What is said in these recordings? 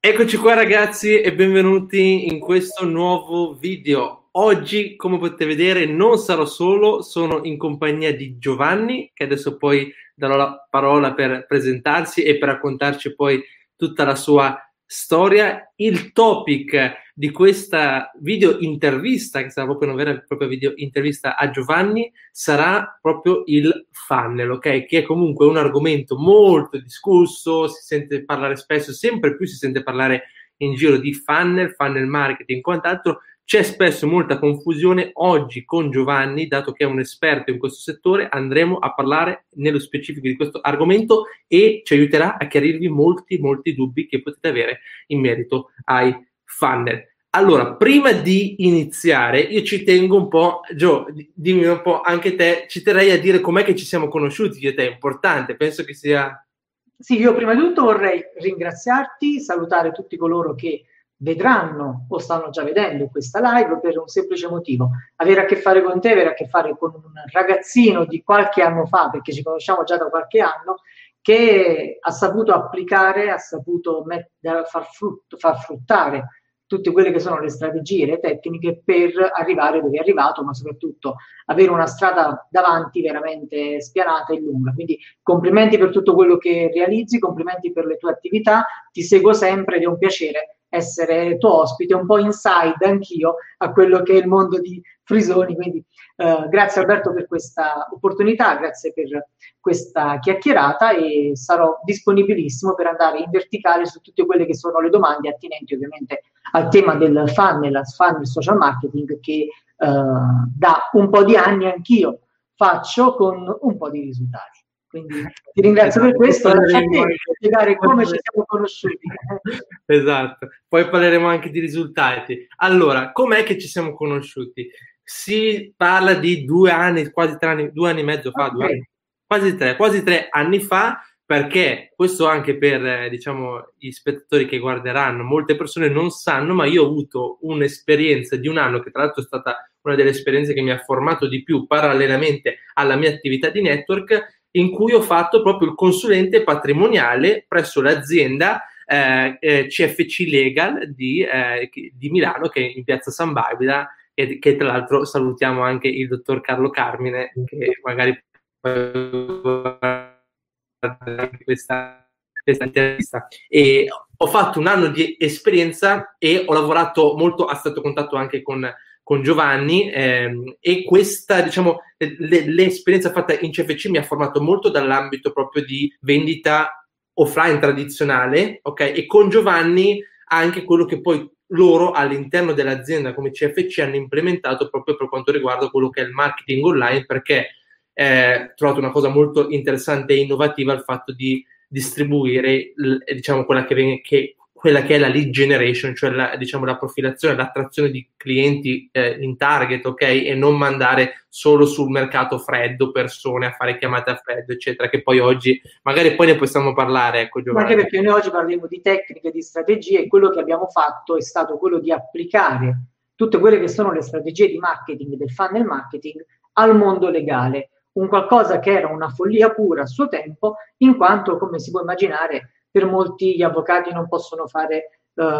Eccoci qua ragazzi e benvenuti in questo nuovo video. Oggi, come potete vedere, non sarò solo, sono in compagnia di Giovanni, che adesso poi darò la parola per presentarsi e per raccontarci poi tutta la sua storia. Il topic di questa video intervista, che sarà proprio una vera e propria video intervista a Giovanni, sarà proprio il funnel, ok? Che è comunque un argomento molto discusso, si sente parlare spesso, sempre più si sente parlare in giro di funnel, funnel marketing, quant'altro. C'è spesso molta confusione. Oggi con Giovanni, dato che è un esperto in questo settore, andremo a parlare nello specifico di questo argomento e ci aiuterà a chiarirvi molti dubbi che potete avere in merito ai funnel. Allora, prima di iniziare, io ci tengo un po', Gio, dimmi un po' anche te, ci terrei a dire com'è che ci siamo conosciuti io e te, è importante, penso che sia... Sì, io prima di tutto vorrei ringraziarti, salutare tutti coloro che vedranno o stanno già vedendo questa live per un semplice motivo. Avere a che fare con te, avere a che fare con un ragazzino di qualche anno fa, perché ci conosciamo già da qualche anno, che ha saputo applicare, ha saputo far fruttare tutte quelle che sono le strategie, le tecniche per arrivare dove è arrivato, ma soprattutto avere una strada davanti veramente spianata e lunga. Quindi complimenti per tutto quello che realizzi, complimenti per le tue attività, ti seguo sempre ed è un piacere essere tuo ospite, un po' inside anch'io a quello che è il mondo di Frisoni, quindi grazie Alberto per questa opportunità, grazie per questa chiacchierata e sarò disponibilissimo per andare in verticale su tutte quelle che sono le domande attinenti ovviamente al tema del funnel social marketing che da un po' di anni anch'io faccio con un po' di risultati. Quindi ti ringrazio per questo, lascio a te spiegare come ci siamo conosciuti. Esatto, poi parleremo anche di risultati. Allora, com'è che ci siamo conosciuti? Si parla di 2 anni, quasi 3 anni, 2 anni e mezzo fa, Okay. quasi 3 anni fa, perché questo anche per, diciamo, gli spettatori che guarderanno, molte persone non sanno, ma io ho avuto un'esperienza di un anno, che tra l'altro è stata una delle esperienze che mi ha formato di più parallelamente alla mia attività di network, in cui ho fatto proprio il consulente patrimoniale presso l'azienda CFC Legal di Milano, che è in piazza San Barbara, e che tra l'altro salutiamo anche il dottor Carlo Carmine, che magari questa intervista. E ho fatto un anno di esperienza e ho lavorato molto a stretto contatto anche con Giovanni, e questa, diciamo, l'esperienza fatta in CFC mi ha formato molto dall'ambito proprio di vendita offline tradizionale, ok? E con Giovanni anche quello che poi loro all'interno dell'azienda come CFC hanno implementato proprio per quanto riguarda quello che è il marketing online, perché ho trovato una cosa molto interessante e innovativa il fatto di distribuire, diciamo, quella che è la lead generation, cioè diciamo, la profilazione, l'attrazione di clienti in target, ok? E non mandare solo sul mercato freddo persone a fare chiamate a freddo, eccetera, che poi oggi, magari poi ne possiamo parlare, ecco Ma anche Giovanni. perché noi oggi parliamo di tecniche, di strategie e quello che abbiamo fatto è stato quello di applicare tutte quelle che sono le strategie di marketing, del funnel marketing, al mondo legale. Un qualcosa che era una follia pura a suo tempo, in quanto, come si può immaginare, per molti gli avvocati non possono fare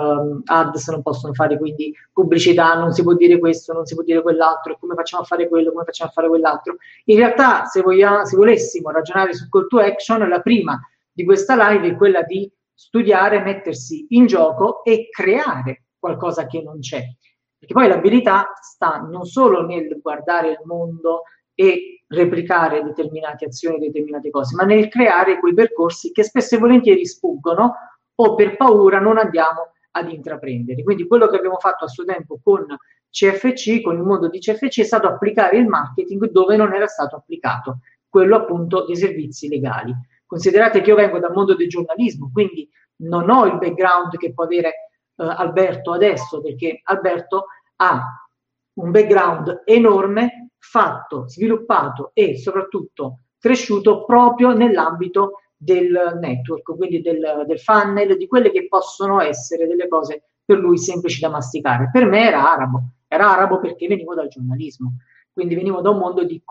ads, non possono fare quindi pubblicità, non si può dire questo, non si può dire quell'altro, come facciamo a fare quello, come facciamo a fare quell'altro. In realtà, se volessimo ragionare su call to action, la prima di questa live è quella di studiare, mettersi in gioco e creare qualcosa che non c'è. Perché poi l'abilità sta non solo nel guardare il mondo e replicare determinate azioni, determinate cose, ma nel creare quei percorsi che spesso e volentieri sfuggono o per paura non andiamo ad intraprendere. Quindi quello che abbiamo fatto a suo tempo con CFC, con il mondo di CFC, è stato applicare il marketing dove non era stato applicato, quello appunto dei servizi legali. Considerate che io vengo dal mondo del giornalismo, quindi non ho il background che può avere Alberto adesso, perché Alberto ha un background enorme, fatto, sviluppato e soprattutto cresciuto proprio nell'ambito del network, quindi del funnel, di quelle che possono essere delle cose per lui semplici da masticare. Per me era arabo perché venivo dal giornalismo, quindi venivo da un mondo di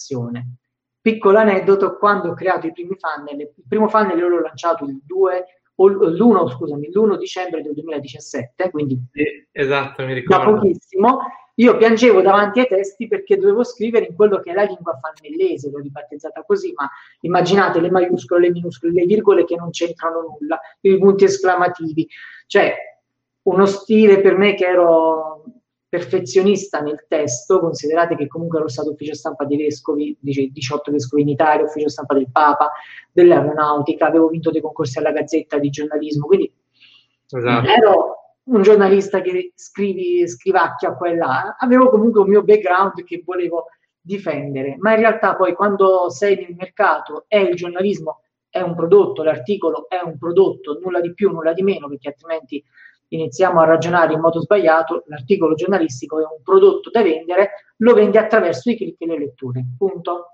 comunicazione. Piccolo aneddoto, quando ho creato i primi funnel, il primo funnel l'ho lanciato il 2 l'1 dicembre del 2017, quindi Sì, esatto, mi da ricordo. pochissimo, io piangevo davanti ai testi perché dovevo scrivere in quello che è la lingua fannellese, l'ho ribattezzata così, ma immaginate le maiuscole, le minuscole, le virgole che non c'entrano nulla, i punti esclamativi, cioè uno stile per me che ero perfezionista nel testo, considerate che comunque ero stato ufficio stampa dei vescovi, 18 vescovi in Italia, ufficio stampa del Papa, dell'aeronautica, avevo vinto dei concorsi alla Gazzetta di giornalismo, quindi non Esatto. ero un giornalista che scrivacchia qua e là, avevo comunque un mio background che volevo difendere, ma in realtà poi quando sei nel mercato e il giornalismo è un prodotto, l'articolo è un prodotto, nulla di più, nulla di meno, perché altrimenti iniziamo a ragionare in modo sbagliato, l'articolo giornalistico è un prodotto da vendere, lo vendi attraverso i click e le letture, punto.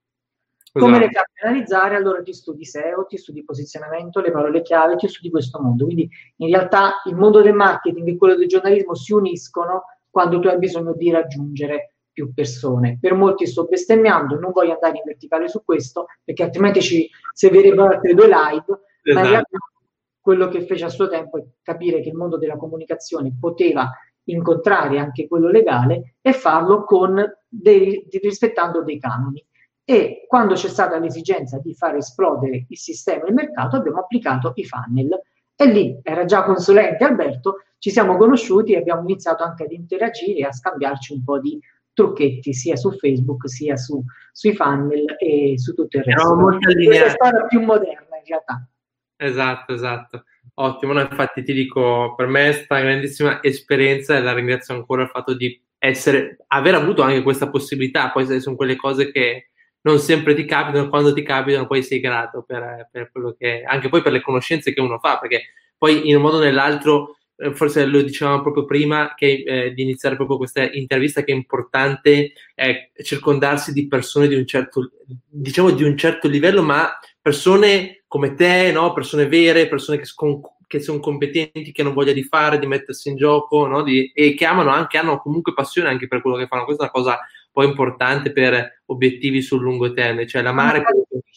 Come le Esatto. capi analizzare? Allora ti studi SEO, ti studi posizionamento, le parole chiave, ti studi questo mondo. Quindi in realtà il mondo del marketing e quello del giornalismo si uniscono quando tu hai bisogno di raggiungere più persone. Per molti sto bestemmiando, non voglio andare in verticale su questo, perché altrimenti ci servirebbero altre 2 live, ma in Esatto. realtà quello che fece a suo tempo è capire che il mondo della comunicazione poteva incontrare anche quello legale e farlo rispettando dei canoni. E quando c'è stata l'esigenza di far esplodere il sistema e il mercato, abbiamo applicato i funnel. E lì era già consulente Alberto, ci siamo conosciuti e abbiamo iniziato anche ad interagire e a scambiarci un po' di trucchetti sia su Facebook sia sui funnel e su tutto il resto. Eravamo molto Questa è allineati. storia più moderna in realtà. Esatto, esatto. Ottimo, no, infatti ti dico, per me è stata una grandissima esperienza e la ringrazio ancora il fatto di aver avuto anche questa possibilità, poi sono quelle cose che non sempre ti capitano, quando ti capitano poi sei grato per quello che, anche poi per le conoscenze che uno fa, perché poi in un modo o nell'altro, forse lo dicevamo proprio prima che, di iniziare proprio questa intervista, che è importante circondarsi di persone di un certo, diciamo di un certo livello, ma persone come te, no? Persone vere, persone che sono competenti, che hanno voglia di fare, di mettersi in gioco, no? E che amano anche, hanno comunque passione anche per quello che fanno. Questa è una cosa poi importante per obiettivi sul lungo termine, cioè l'amare.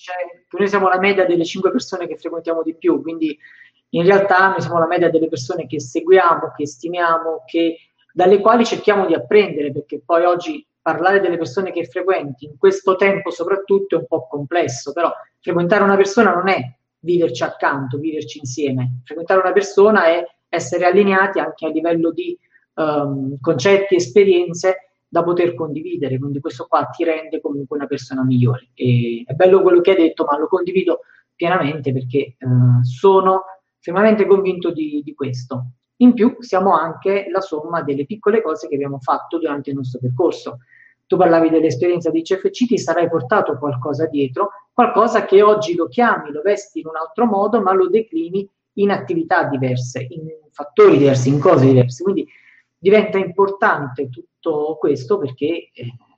Noi siamo la media delle 5 persone che frequentiamo di più, quindi in realtà noi siamo la media delle persone che seguiamo, che stimiamo, dalle quali cerchiamo di apprendere, perché poi oggi parlare delle persone che frequenti in questo tempo soprattutto è un po' complesso, però frequentare una persona non è viverci accanto, viverci insieme. Frequentare una persona è essere allineati anche a livello di concetti, esperienze da poter condividere, quindi questo qua ti rende comunque una persona migliore. E è bello quello che hai detto, ma lo condivido pienamente perché sono fermamente convinto di questo. In più siamo anche la somma delle piccole cose che abbiamo fatto durante il nostro percorso. Tu parlavi dell'esperienza di CFC, ti sarai portato qualcosa dietro, qualcosa che oggi lo chiami, lo vesti in un altro modo, ma lo declini in attività diverse, in fattori diversi, in cose diverse. Quindi diventa importante tutto questo perché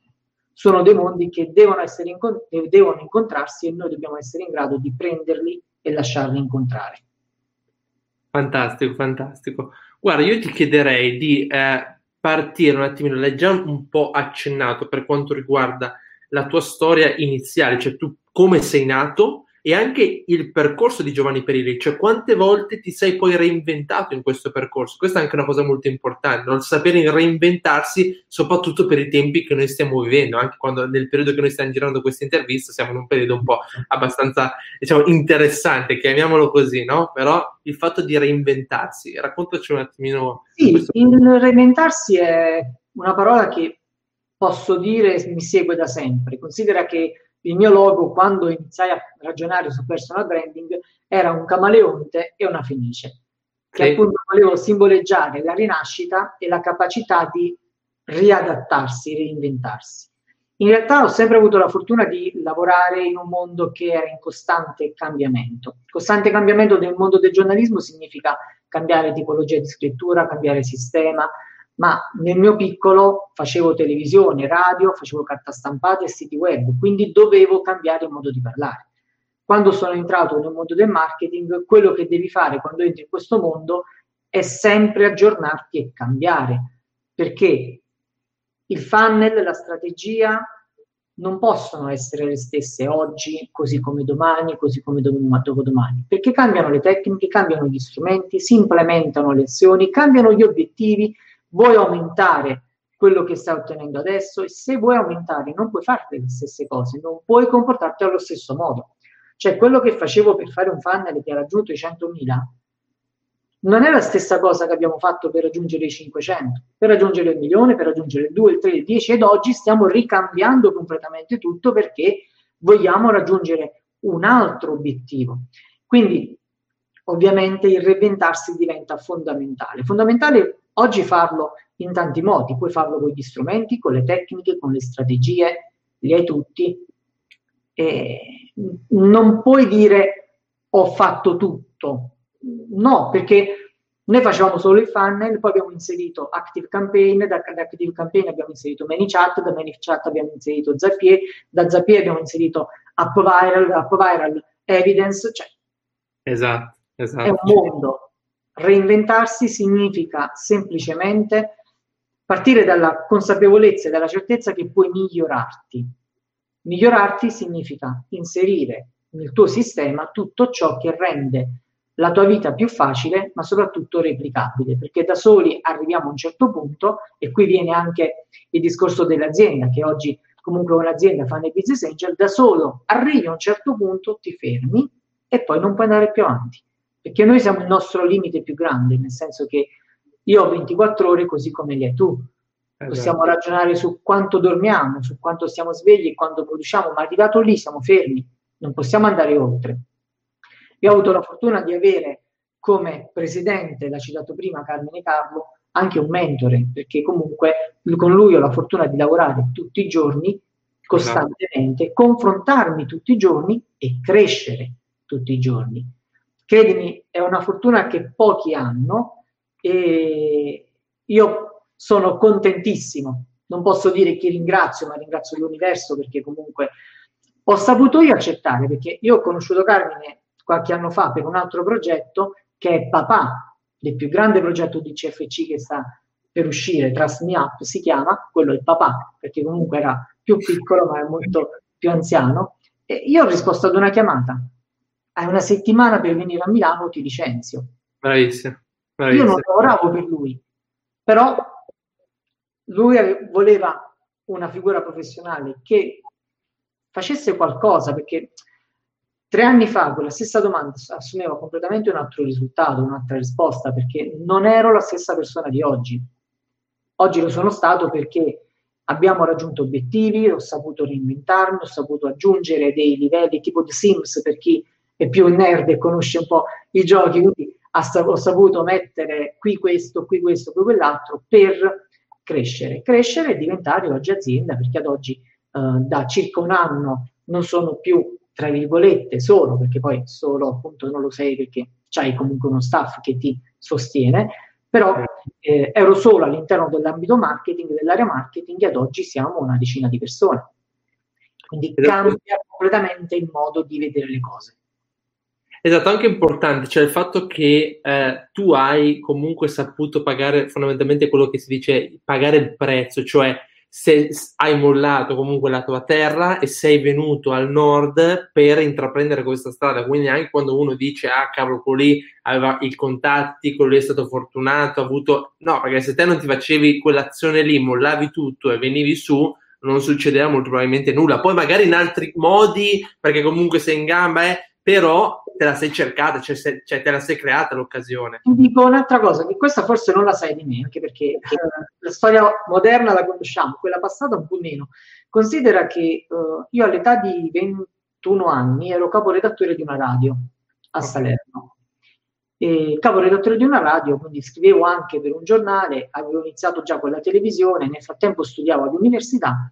sono dei mondi che devono incontrarsi e noi dobbiamo essere in grado di prenderli e lasciarli incontrare. Fantastico, fantastico. Guarda, io ti chiederei di partire un attimino, l'hai già un po' accennato per quanto riguarda la tua storia iniziale, cioè tu come sei nato e anche il percorso di Giovanni Perilli, cioè quante volte ti sei poi reinventato in questo percorso. Questa è anche una cosa molto importante, non sapere reinventarsi, soprattutto per i tempi che noi stiamo vivendo, anche quando nel periodo che noi stiamo girando questa intervista siamo in un periodo un po' abbastanza, diciamo, interessante, chiamiamolo così, no? Però il fatto di reinventarsi, raccontaci un attimino Sì, questo. il reinventarsi è una parola che posso dire mi segue da sempre. Considera che il mio logo, quando iniziai a ragionare su personal branding, era un camaleonte e una fenice, che Sì, appunto volevo simboleggiare la rinascita e la capacità di riadattarsi, reinventarsi. In realtà ho sempre avuto la fortuna di lavorare in un mondo che era in costante cambiamento. Costante cambiamento nel mondo del giornalismo significa cambiare tipologia di scrittura, cambiare sistema, ma nel mio piccolo facevo televisione, radio, facevo carta stampata e siti web, quindi dovevo cambiare il modo di parlare. Quando sono entrato nel mondo del marketing, quello che devi fare quando entri in questo mondo è sempre aggiornarti e cambiare, perché il funnel, la strategia non possono essere le stesse oggi, così come domani, così come dopodomani, perché cambiano le tecniche, cambiano gli strumenti, si implementano le azioni, cambiano gli obiettivi, vuoi aumentare quello che stai ottenendo adesso e se vuoi aumentare non puoi fare le stesse cose, non puoi comportarti allo stesso modo. Cioè quello che facevo per fare un funnel che ha raggiunto i 100.000 non è la stessa cosa che abbiamo fatto per raggiungere i 500, per raggiungere il milione, per raggiungere il 2, il 3, il 10 ed oggi stiamo ricambiando completamente tutto perché vogliamo raggiungere un altro obiettivo. Quindi ovviamente il reinventarsi diventa fondamentale. Fondamentale oggi farlo in tanti modi, puoi farlo con gli strumenti, con le tecniche, con le strategie, li hai tutti. E non puoi dire ho fatto tutto. No, perché noi facevamo solo il funnel, poi abbiamo inserito Active Campaign, da Active Campaign abbiamo inserito ManyChat, da ManyChat abbiamo inserito Zapier, da Zapier abbiamo inserito App Viral Evidence, cioè Esatto, è un esatto. mondo. Reinventarsi significa semplicemente partire dalla consapevolezza e dalla certezza che puoi migliorarti. Migliorarti significa inserire nel tuo sistema tutto ciò che rende la tua vita più facile, ma soprattutto replicabile, perché da soli arriviamo a un certo punto, e qui viene anche il discorso dell'azienda, che oggi comunque un'azienda fa nei business angel, da solo arrivi a un certo punto, ti fermi e poi non puoi andare più avanti, perché noi siamo il nostro limite più grande, nel senso che io ho 24 ore così come li hai tu. Possiamo Esatto. ragionare su quanto dormiamo, su quanto stiamo svegli e quanto produciamo, ma arrivato lì siamo fermi, non possiamo andare oltre. Io ho avuto la fortuna di avere come presidente, l'ha citato prima Carmine Carlo, anche un mentore, perché comunque con lui ho la fortuna di lavorare tutti i giorni, Esatto. costantemente, confrontarmi tutti i giorni e crescere tutti i giorni. Credimi, è una fortuna che pochi hanno e io sono contentissimo. Non posso dire chi ringrazio, ma ringrazio l'universo perché comunque ho saputo io accettare, perché io ho conosciuto Carmine qualche anno fa per un altro progetto che è Papà, il più grande progetto di CFC che sta per uscire, Trust Me Up si chiama, quello è Papà, perché comunque era più piccolo ma è molto più anziano. E io ho risposto ad una chiamata, hai una settimana per venire a Milano, ti licenzio. Bravissimo, Io non bravissimo. lavoravo per lui, però lui voleva una figura professionale che facesse qualcosa, perché 3 anni fa quella stessa domanda assumeva completamente un altro risultato, un'altra risposta, perché non ero la stessa persona di oggi. Oggi lo sono stato perché abbiamo raggiunto obiettivi, ho saputo reinventarmi, ho saputo aggiungere dei livelli tipo The Sims per chi è più nerd e conosce un po' i giochi, quindi ho saputo mettere qui questo, qui quell'altro per crescere e diventare oggi azienda, perché ad oggi da circa un anno non sono più, tra virgolette, solo, perché poi solo appunto non lo sei perché c'hai comunque uno staff che ti sostiene, però ero solo all'interno dell'ambito marketing, dell'area marketing, e ad oggi siamo una decina di persone. Quindi Esatto. cambia completamente il modo di vedere le cose. Esatto, anche importante, cioè il fatto che tu hai comunque saputo pagare fondamentalmente quello che si dice, pagare il prezzo, cioè se hai mollato comunque la tua terra e sei venuto al nord per intraprendere questa strada, quindi anche quando uno dice ah cavolo, quello lì aveva i contatti, quello lì è stato fortunato, ha avuto... No, perché se te non ti facevi quell'azione lì, mollavi tutto e venivi su, non succedeva molto probabilmente nulla. Poi magari in altri modi, perché comunque sei in gamba, però te la sei cercata, cioè te la sei creata l'occasione. Ti dico un'altra cosa, che questa forse non la sai di me, anche perché la storia moderna la conosciamo, quella passata un po' meno. Considera che io all'età di 21 anni ero caporedattore di una radio a Okay. Salerno. E caporedattore di una radio, quindi scrivevo anche per un giornale, avevo iniziato già con la televisione, nel frattempo studiavo all'università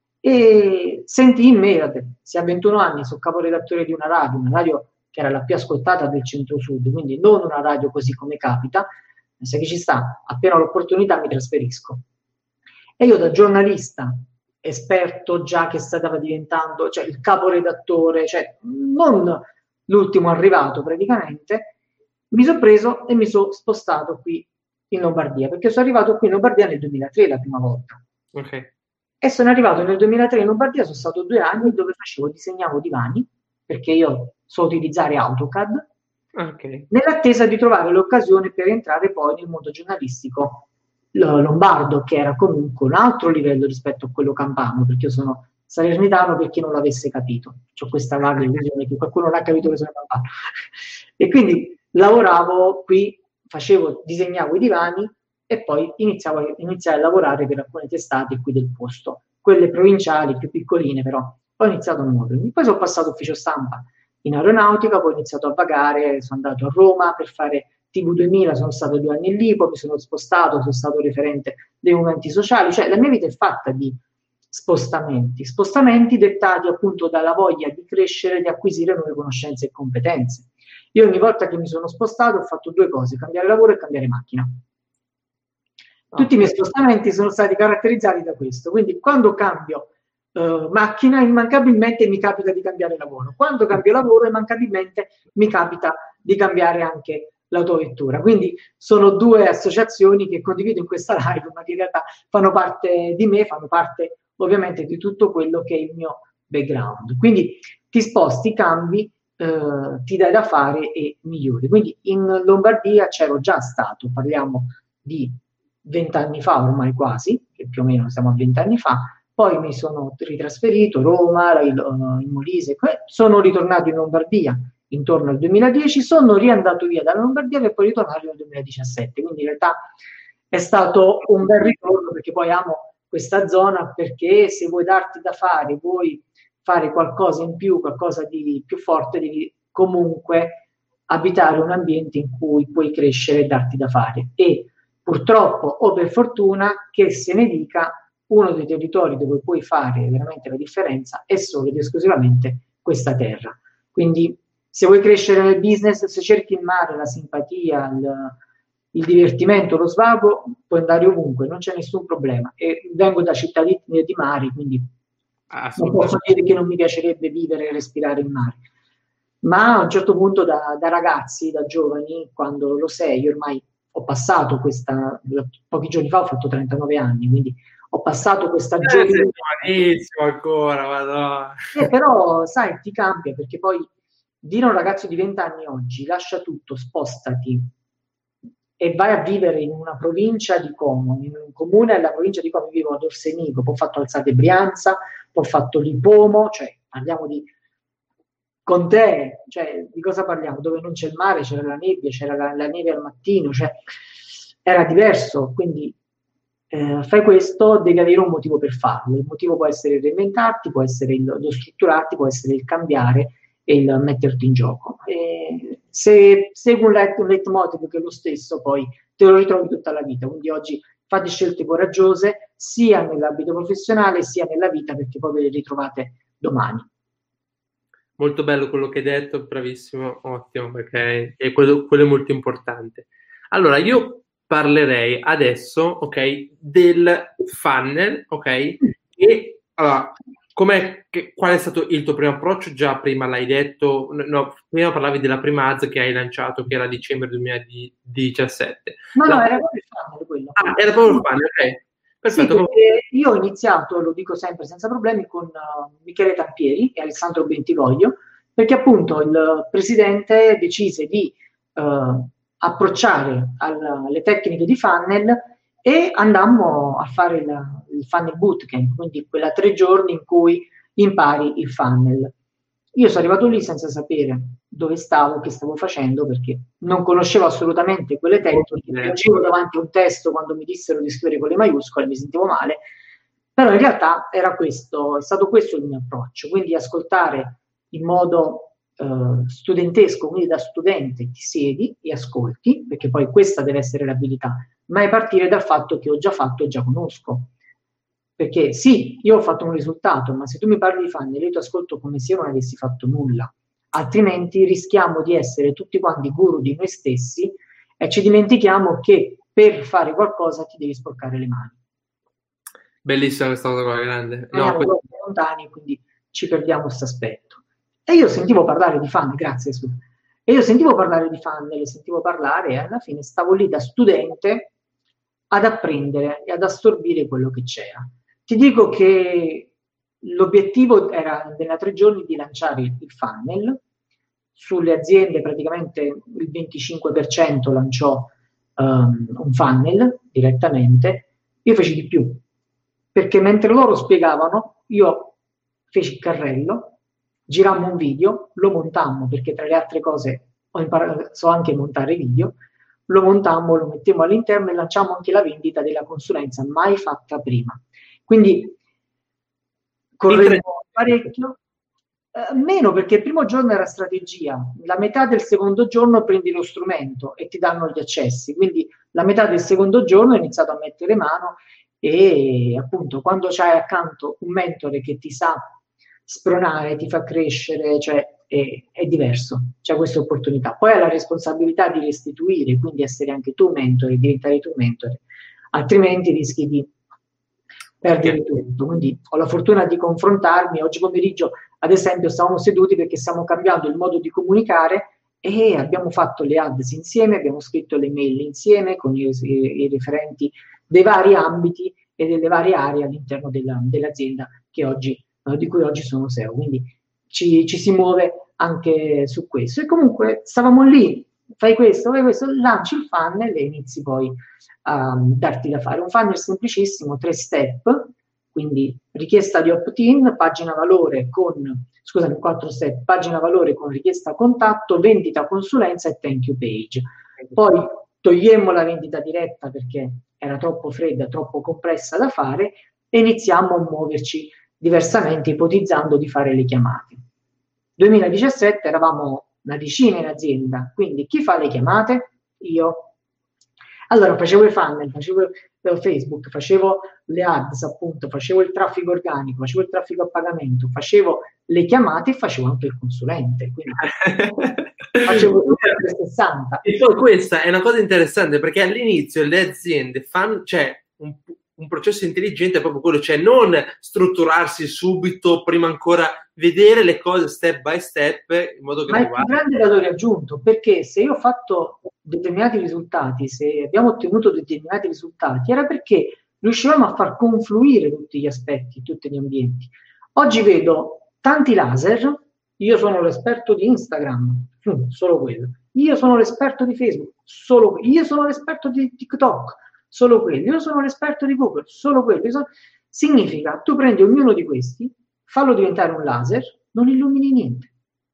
e sentii in me, se a 21 anni sono caporedattore di una radio che era la più ascoltata del centro-sud, quindi non una radio così come capita, sai che ci sta, appena ho l'opportunità mi trasferisco. E io da giornalista, esperto già che stava diventando, cioè il caporedattore, cioè non l'ultimo arrivato praticamente, mi sono preso e mi sono spostato qui in Lombardia, perché sono arrivato qui in Lombardia nel 2003 la prima volta. Ok. E sono arrivato nel 2003 in Lombardia, sono stato 2 anni dove disegnavo divani, perché io so utilizzare AutoCAD, Ok. nell'attesa di trovare l'occasione per entrare poi nel mondo giornalistico lombardo, che era comunque un altro livello rispetto a quello campano, perché io sono salernitano per chi non l'avesse capito. C'ho questa vaga illusione che qualcuno non ha capito che sono campano. E quindi lavoravo qui, disegnavo i divani e poi iniziai a lavorare per alcune testate qui del posto, quelle provinciali, più piccoline però. Poi ho iniziato a muovermi. Poi sono passato ufficio stampa in aeronautica, poi ho iniziato a vagare, sono andato a Roma per fare TV 2000, sono stato 2 anni lì, poi mi sono spostato, sono stato referente dei movimenti sociali, cioè la mia vita è fatta di spostamenti dettati appunto dalla voglia di crescere, di acquisire nuove conoscenze e competenze. Io ogni volta che mi sono spostato ho fatto due cose, cambiare lavoro e cambiare macchina. Tutti i miei spostamenti sono stati caratterizzati da questo, quindi quando cambio macchina, immancabilmente mi capita di cambiare lavoro. Quando cambio lavoro, immancabilmente mi capita di cambiare anche l'autovettura. Quindi sono due associazioni che condivido in questa live, ma che in realtà fanno parte di me, fanno parte ovviamente di tutto quello che è il mio background. Quindi ti sposti, cambi, ti dai da fare e migliori. Quindi in Lombardia c'ero già stato, parliamo di 20 anni fa ormai quasi, che più o meno siamo a 20 anni fa, poi mi sono ritrasferito, Roma, in Molise, sono ritornato in Lombardia intorno al 2010, sono riandato via dalla Lombardia per poi ritornare nel 2017, quindi in realtà è stato un bel ritorno perché poi amo questa zona, perché se vuoi darti da fare, vuoi fare qualcosa in più, qualcosa di più forte, devi comunque abitare un ambiente in cui puoi crescere e darti da fare. E purtroppo o per fortuna, che se ne dica, uno dei territori dove puoi fare veramente la differenza è solo ed esclusivamente questa terra. Quindi se vuoi crescere nel business, se cerchi il mare, la simpatia, il divertimento, lo svago, puoi andare ovunque, non c'è nessun problema. E vengo da cittadini di mare, quindi non posso dire che non mi piacerebbe vivere e respirare il mare. Ma a un certo punto da ragazzi, da giovani, quando lo sei, ormai ho passato pochi giorni fa ho fatto 39 anni, quindi ho passato questa Sei gioventù. giovanissimo ancora, madonna. Però sai, ti cambia perché poi dire a un ragazzo di 20 anni oggi lascia tutto, spostati e vai a vivere in una provincia di Como, in un comune della provincia di Como, vivo ad Orsenico, poi ho fatto Alzate Brianza, poi ho fatto Lipomo, cioè parliamo di con te, cioè di cosa parliamo? Dove non c'è il mare, c'era la nebbia, c'era la neve al mattino, cioè era diverso, quindi fai questo, devi avere un motivo per farlo. Il motivo può essere il reinventarti, può essere lo strutturarti, può essere il cambiare e il metterti in gioco. E se segui un leitmotiv che è lo stesso, poi te lo ritrovi tutta la vita. Quindi oggi fate scelte coraggiose sia nell'ambito professionale sia nella vita, perché poi ve le ritrovate domani. Molto bello quello che hai detto, bravissimo, ottimo, perché quello è molto importante. Allora, io parlerei adesso, ok, del funnel, ok, e allora, qual è stato il tuo primo approccio? Già prima l'hai detto, no, prima parlavi della prima ads che hai lanciato, che era dicembre 2017. No, era proprio il funnel quello. Ah, era proprio il funnel, ok. Perfetto. Sì, perché io ho iniziato, lo dico sempre senza problemi, con Michele Tampieri e Alessandro Bentivoglio, perché appunto il presidente decise di approcciare alle tecniche di funnel e andammo a fare il funnel bootcamp, quindi quella 3 giorni in cui impari il funnel. Io sono arrivato lì senza sapere dove stavo, che stavo facendo, perché non conoscevo assolutamente quelle tecniche, reagivo davanti a un testo quando mi dissero di scrivere con le maiuscole, mi sentivo male, però in realtà era questo, è stato questo il mio approccio, quindi ascoltare in modo studentesco, quindi da studente ti siedi e ascolti, perché poi questa deve essere l'abilità, ma è partire dal fatto che ho già fatto e già conosco. Perché sì, io ho fatto un risultato, ma se tu mi parli di funnel, io ti ascolto come se io non avessi fatto nulla. Altrimenti rischiamo di essere tutti quanti guru di noi stessi e ci dimentichiamo che per fare qualcosa ti devi sporcare le mani. Bellissima questa cosa qua, grande. Andiamo troppo lontani, quindi ci perdiamo questo aspetto. E io sentivo parlare di funnel, grazie. E io sentivo parlare di funnel, sentivo parlare e alla fine stavo lì da studente ad apprendere e ad assorbire quello che c'era. Ti dico che l'obiettivo era nella 3 giorni di lanciare il funnel. Sulle aziende praticamente il 25% lanciò un funnel direttamente. Io feci di più, perché mentre loro spiegavano, io feci il carrello, girammo un video, lo montammo, perché tra le altre cose so anche montare video, lo montammo, lo mettemmo all'interno e lanciamo anche la vendita della consulenza, mai fatta prima. Quindi corremmo parecchio, meno perché il primo giorno era strategia, la metà del secondo giorno prendi lo strumento e ti danno gli accessi, quindi la metà del secondo giorno ho iniziato a mettere mano e appunto quando c'hai accanto un mentore che ti sa spronare, ti fa crescere, cioè è diverso, c'è questa opportunità. Poi hai la responsabilità di restituire, quindi essere anche tu mentore, diventare tu mentore, altrimenti rischi di perdere tutto. Quindi ho la fortuna di confrontarmi. Oggi pomeriggio, ad esempio, stavamo seduti perché stiamo cambiando il modo di comunicare e abbiamo fatto le ads insieme, abbiamo scritto le mail insieme con i referenti dei vari ambiti e delle varie aree all'interno dell'azienda che oggi, di cui oggi sono SEO. Quindi ci si muove anche su questo. E comunque stavamo lì, fai questo, lanci il funnel e inizi poi a darti da fare. Un funnel semplicissimo, 3 step, quindi richiesta di opt-in, pagina valore con, scusami, 4 step, pagina valore con richiesta contatto, vendita consulenza e thank you page. Poi togliemmo la vendita diretta perché era troppo fredda, troppo complessa da fare e iniziamo a muoverci diversamente, ipotizzando di fare le chiamate. 2017 eravamo una decina in azienda, quindi chi fa le chiamate? Io. Allora facevo i funnel, facevo Facebook, facevo le ads, appunto, facevo il traffico organico, facevo il traffico a pagamento, facevo le chiamate e facevo anche il consulente. Quindi facevo tutto a 360. E poi questa è una cosa interessante perché all'inizio le aziende fanno, cioè un processo intelligente è proprio quello, cioè non strutturarsi subito, prima ancora vedere le cose step by step in modo Ma è il graduale. più grande valore aggiunto, perché se io ho fatto determinati risultati, se abbiamo ottenuto determinati risultati, era perché riuscivamo a far confluire tutti gli aspetti, tutti gli ambienti. Oggi vedo tanti laser, io sono l'esperto di Instagram, solo quello. Io sono l'esperto di Facebook, solo quello. Io sono l'esperto di TikTok, solo quello. Io sono l'esperto di Google, solo quello. Significa, tu prendi ognuno di questi, fallo diventare un laser, non illumini niente.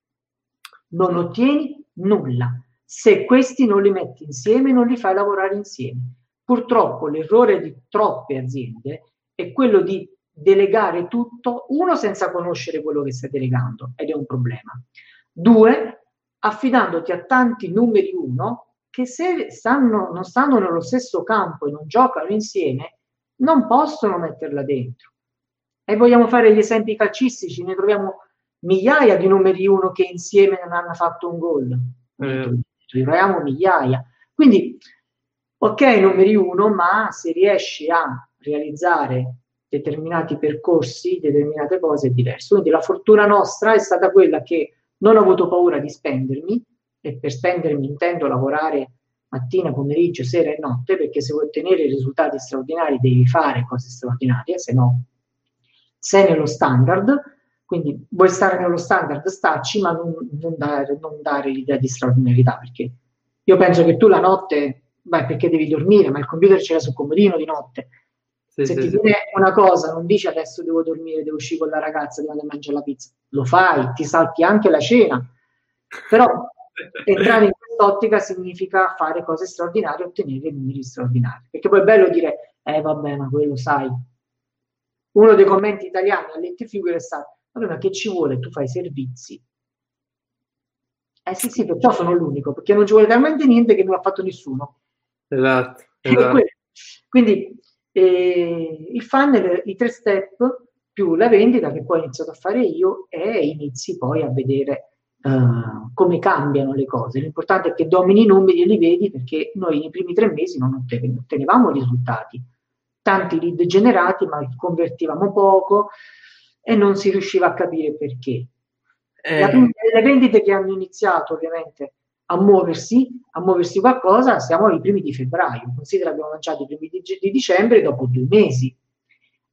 Non ottieni nulla. Se questi non li metti insieme, non li fai lavorare insieme. Purtroppo l'errore di troppe aziende è quello di delegare tutto, uno, senza conoscere quello che stai delegando, ed è un problema. 2, affidandoti a tanti numeri uno, che se non stanno nello stesso campo e non giocano insieme, non possono metterla dentro. E vogliamo fare gli esempi calcistici, ne troviamo migliaia di numeri uno che insieme non hanno fatto un gol. Troviamo migliaia. Quindi, ok, numeri uno, ma se riesci a realizzare determinati percorsi, determinate cose, è diverso. Quindi la fortuna nostra è stata quella che non ho avuto paura di spendermi, e per spendermi intendo lavorare mattina, pomeriggio, sera e notte, perché se vuoi ottenere risultati straordinari devi fare cose straordinarie, se no sei nello standard. Quindi vuoi stare nello standard, stacci, ma non dare l'idea di straordinarietà, perché io penso che tu la notte, beh, perché devi dormire, ma il computer ce l'ha sul comodino di notte. Se ti viene una cosa, non dici adesso devo dormire, devo uscire con la ragazza, devo andare a mangiare la pizza. Lo fai, ti salti anche la cena. Però entrare in quest'ottica significa fare cose straordinarie e ottenere numeri straordinari. Perché poi è bello dire, vabbè, ma quello sai. Uno dei commenti italiani a Lettifigure è stato, ma che ci vuole? Tu fai servizi. Sì, perciò sono l'unico, perché non ci vuole talmente niente che non l'ha fatto nessuno. Esatto. Quindi il funnel, i 3 step più la vendita che poi ho iniziato a fare io, e inizi poi a vedere come cambiano le cose. L'importante è che domini i numeri e li vedi, perché noi nei primi 3 mesi non ottenevamo risultati. Tanti lead generati, ma convertivamo poco e non si riusciva a capire perché. Le vendite che hanno iniziato ovviamente a muoversi qualcosa, siamo ai primi di febbraio. Considera, abbiamo lanciato i primi di dicembre dopo 2 mesi.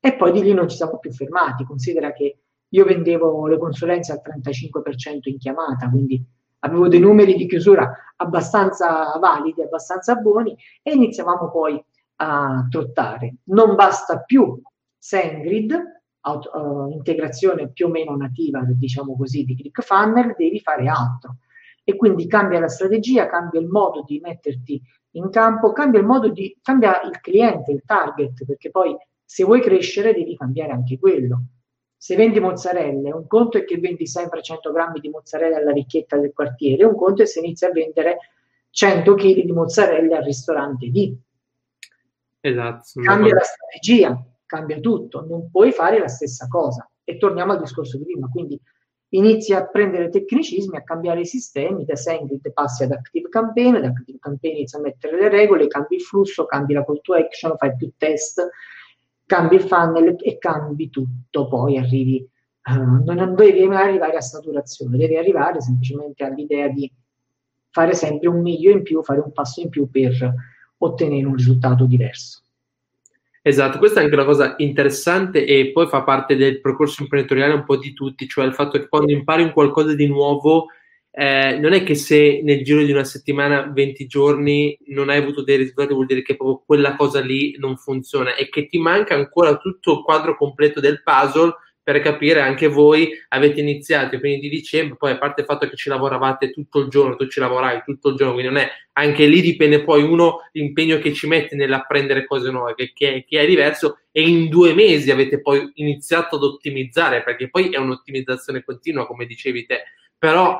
E poi di lì non ci siamo più fermati. Considera che io vendevo le consulenze al 35% in chiamata, quindi avevo dei numeri di chiusura abbastanza validi, abbastanza buoni, e iniziavamo poi a trottare. Non basta più SendGrid, integrazione più o meno nativa, diciamo così, di ClickFunnels, devi fare altro. E quindi cambia la strategia, cambia il modo di metterti in campo, cambia il cliente, il target, perché poi se vuoi crescere devi cambiare anche quello. Se vendi mozzarelle, un conto è che vendi sempre 100 grammi di mozzarella alla ricchetta del quartiere, un conto è se inizi a vendere 100 kg di mozzarella al ristorante D. Esatto, Cambia la strategia, cambia tutto, non puoi fare la stessa cosa. E torniamo al discorso di prima, quindi inizi a prendere tecnicismi, a cambiare i sistemi, da SendGrid passi ad Active Campaign, da Active Campaign inizi a mettere le regole, cambi il flusso, cambi la call to action, fai più test, cambi il funnel e cambi tutto, poi arrivi, non devi mai arrivare a saturazione, devi arrivare semplicemente all'idea di fare sempre un miglio in più, fare un passo in più per ottenere un risultato diverso. Esatto, questa è anche una cosa interessante e poi fa parte del percorso imprenditoriale un po' di tutti, cioè il fatto che quando impari un qualcosa di nuovo, non è che se nel giro di una settimana, 20 giorni non hai avuto dei risultati, vuol dire che proprio quella cosa lì non funziona, è che ti manca ancora tutto il quadro completo del puzzle per capire. Anche voi avete iniziato i primi di dicembre, poi a parte il fatto che ci lavoravate tutto il giorno, tu ci lavoravi tutto il giorno, quindi non è, anche lì dipende poi uno l'impegno che ci mette nell'apprendere cose nuove, che è diverso, e in 2 mesi avete poi iniziato ad ottimizzare, perché poi è un'ottimizzazione continua, come dicevi te, però...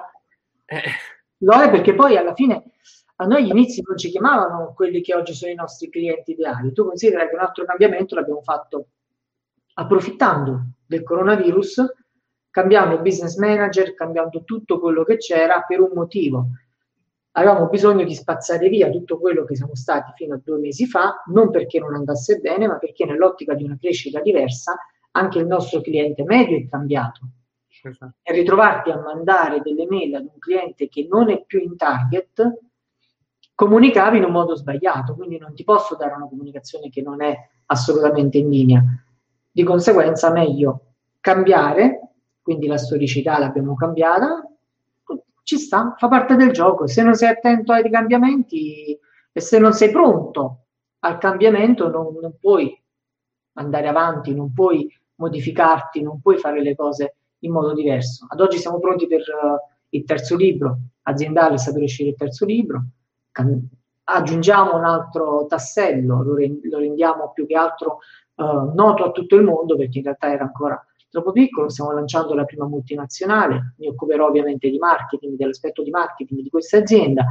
Lo è perché poi alla fine a noi gli inizi non ci chiamavano quelli che oggi sono i nostri clienti ideali. Tu considera che un altro cambiamento l'abbiamo fatto approfittando del coronavirus, cambiando business manager, cambiando tutto quello che c'era per un motivo. Avevamo bisogno di spazzare via tutto quello che siamo stati fino a 2 mesi fa, non perché non andasse bene, ma perché nell'ottica di una crescita diversa anche il nostro cliente medio è cambiato. Esatto. E ritrovarti a mandare delle mail ad un cliente che non è più in target, comunicavi in un modo sbagliato, quindi non ti posso dare una comunicazione che non è assolutamente in linea. Di conseguenza meglio cambiare, quindi la storicità l'abbiamo cambiata, ci sta, fa parte del gioco. Se non sei attento ai cambiamenti e se non sei pronto al cambiamento non puoi andare avanti, non puoi modificarti, non puoi fare le cose in modo diverso. Ad oggi siamo pronti per il terzo libro aziendale, sta per uscire il terzo libro, aggiungiamo un altro tassello, lo rendiamo più che altro noto a tutto il mondo, perché in realtà era ancora troppo piccolo. Stiamo lanciando la prima multinazionale, mi occuperò ovviamente di marketing, dell'aspetto di marketing di questa azienda,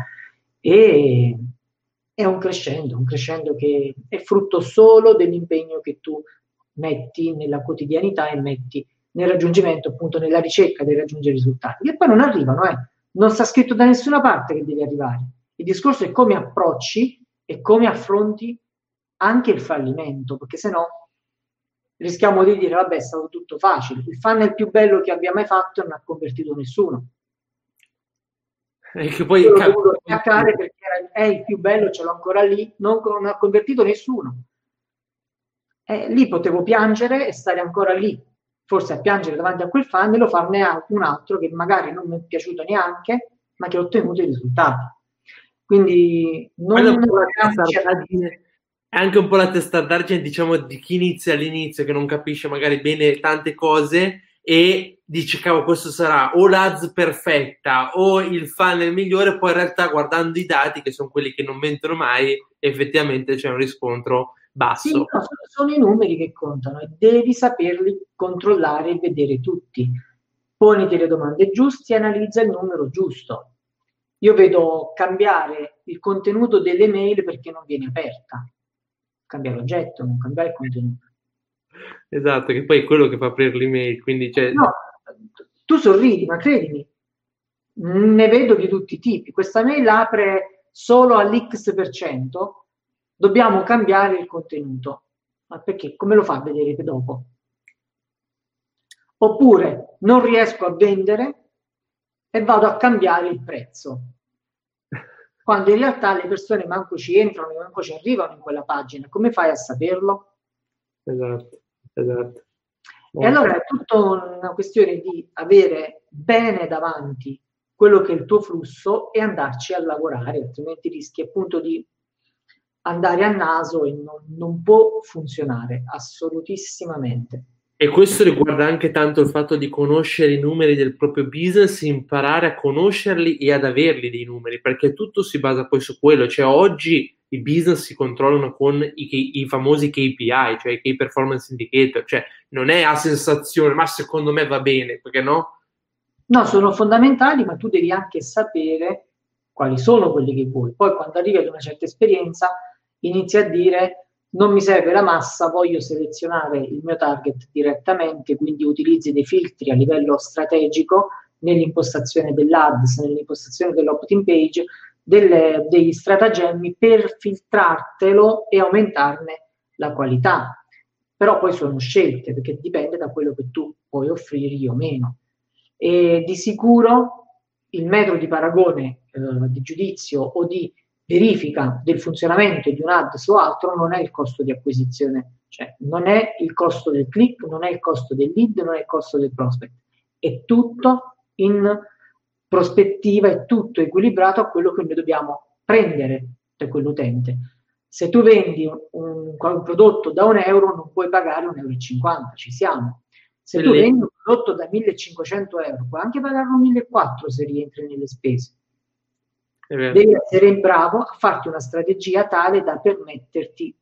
e è un crescendo che è frutto solo dell'impegno che tu metti nella quotidianità e metti nel raggiungimento, appunto nella ricerca di raggiungere risultati, che poi non arrivano, non sta scritto da nessuna parte che devi arrivare. Il discorso è come approcci e come affronti anche il fallimento, perché se no rischiamo di dire vabbè, è stato tutto facile, il funnel più bello che abbia mai fatto non ha convertito nessuno. E che poi L'ho dovuto attaccare perché è il più bello, ce l'ho ancora lì, non ha convertito nessuno. Lì potevo piangere e stare ancora lì, forse a piangere davanti a quel funnel, o farne un altro che magari non mi è piaciuto neanche, ma che ho ottenuto i risultati. Quindi non è anche un po' la testardaggine, diciamo, di chi inizia all'inizio, che non capisce magari bene tante cose e dice, cavolo, questo sarà o l'AZ perfetta o il funnel migliore, poi in realtà guardando i dati, che sono quelli che non mentono mai, effettivamente c'è un riscontro basso. Sì, no, sono i numeri che contano e devi saperli controllare e vedere tutti. Poniti le domande giuste e analizza il numero giusto. Io vedo cambiare il contenuto delle mail perché non viene aperta. Cambiare l'oggetto, non cambiare il contenuto. Esatto, che poi è quello che fa aprire l'email, quindi No, tu sorridi, ma credimi, ne vedo di tutti i tipi. Questa mail apre solo all'X%, dobbiamo cambiare il contenuto. Ma perché? Come lo fa a vedere dopo? Oppure non riesco a vendere e vado a cambiare il prezzo. Quando in realtà le persone manco ci entrano, manco ci arrivano in quella pagina. Come fai a saperlo? Esatto. Esatto. E allora è tutta una questione di avere bene davanti quello che è il tuo flusso e andarci a lavorare, altrimenti rischi appunto di andare a naso e non può funzionare assolutissimamente. E questo riguarda anche tanto il fatto di conoscere i numeri del proprio business, imparare a conoscerli e ad averli dei numeri, perché tutto si basa poi su quello. Cioè oggi i business si controllano con i famosi KPI, cioè i Key Performance Indicator, cioè non è a sensazione, ma secondo me va bene, perché no? No, sono fondamentali, ma tu devi anche sapere quali sono quelli che vuoi. Poi quando arrivi ad una certa esperienza inizi a dire non mi serve la massa, voglio selezionare il mio target direttamente, quindi utilizzi dei filtri a livello strategico nell'impostazione dell'ads, nell'impostazione dell'opt-in page, degli stratagemmi per filtrartelo e aumentarne la qualità. Però poi sono scelte, perché dipende da quello che tu puoi offrire o meno. E di sicuro il metro di paragone di giudizio o di verifica del funzionamento di un ads o altro non è il costo di acquisizione, cioè non è il costo del click, non è il costo del lead, non è il costo del prospect, è tutto in prospettiva, è tutto equilibrato a quello che noi dobbiamo prendere da quell'utente. Se tu vendi un prodotto da €1 non puoi pagare €1,50 ci siamo. Se tu vendi un prodotto da €1.500 puoi anche pagarlo 1.400 se rientri nelle spese. Devi essere bravo a farti una strategia tale da permetterti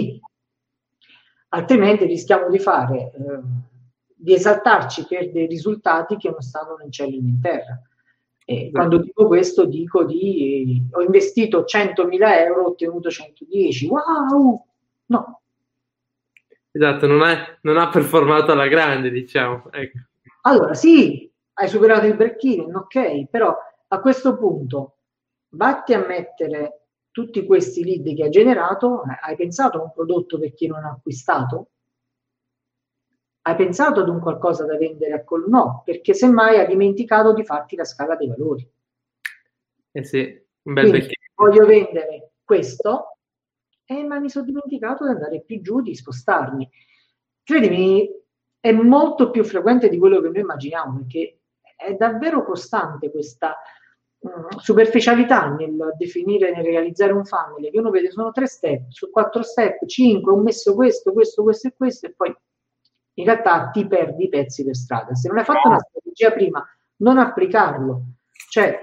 altrimenti rischiamo di fare di esaltarci per dei risultati che non stanno né in cielo né in terra. E quando dico questo dico ho investito €100.000, ho ottenuto 110, wow! No. Esatto, non ha performato alla grande, diciamo. Ecco. Allora, sì, hai superato il break-even, ok, però a questo punto vatti a mettere tutti questi lead che hai generato. Hai pensato a un prodotto per chi non ha acquistato? Hai pensato ad un qualcosa da vendere a no, perché semmai hai dimenticato di farti la scala dei valori. Eh sì, un bel Quindi voglio vendere questo, ma mi sono dimenticato di andare più giù, di spostarmi. Credimi, è molto più frequente di quello che noi immaginiamo, perché è davvero costante questa superficialità nel definire, nel realizzare un funnel, che uno vede sono 3 step, su 4 step, 5, ho messo questo, questo, questo e questo, e poi in realtà ti perdi i pezzi per strada. Se non hai fatto una strategia prima, non applicarlo. Cioè,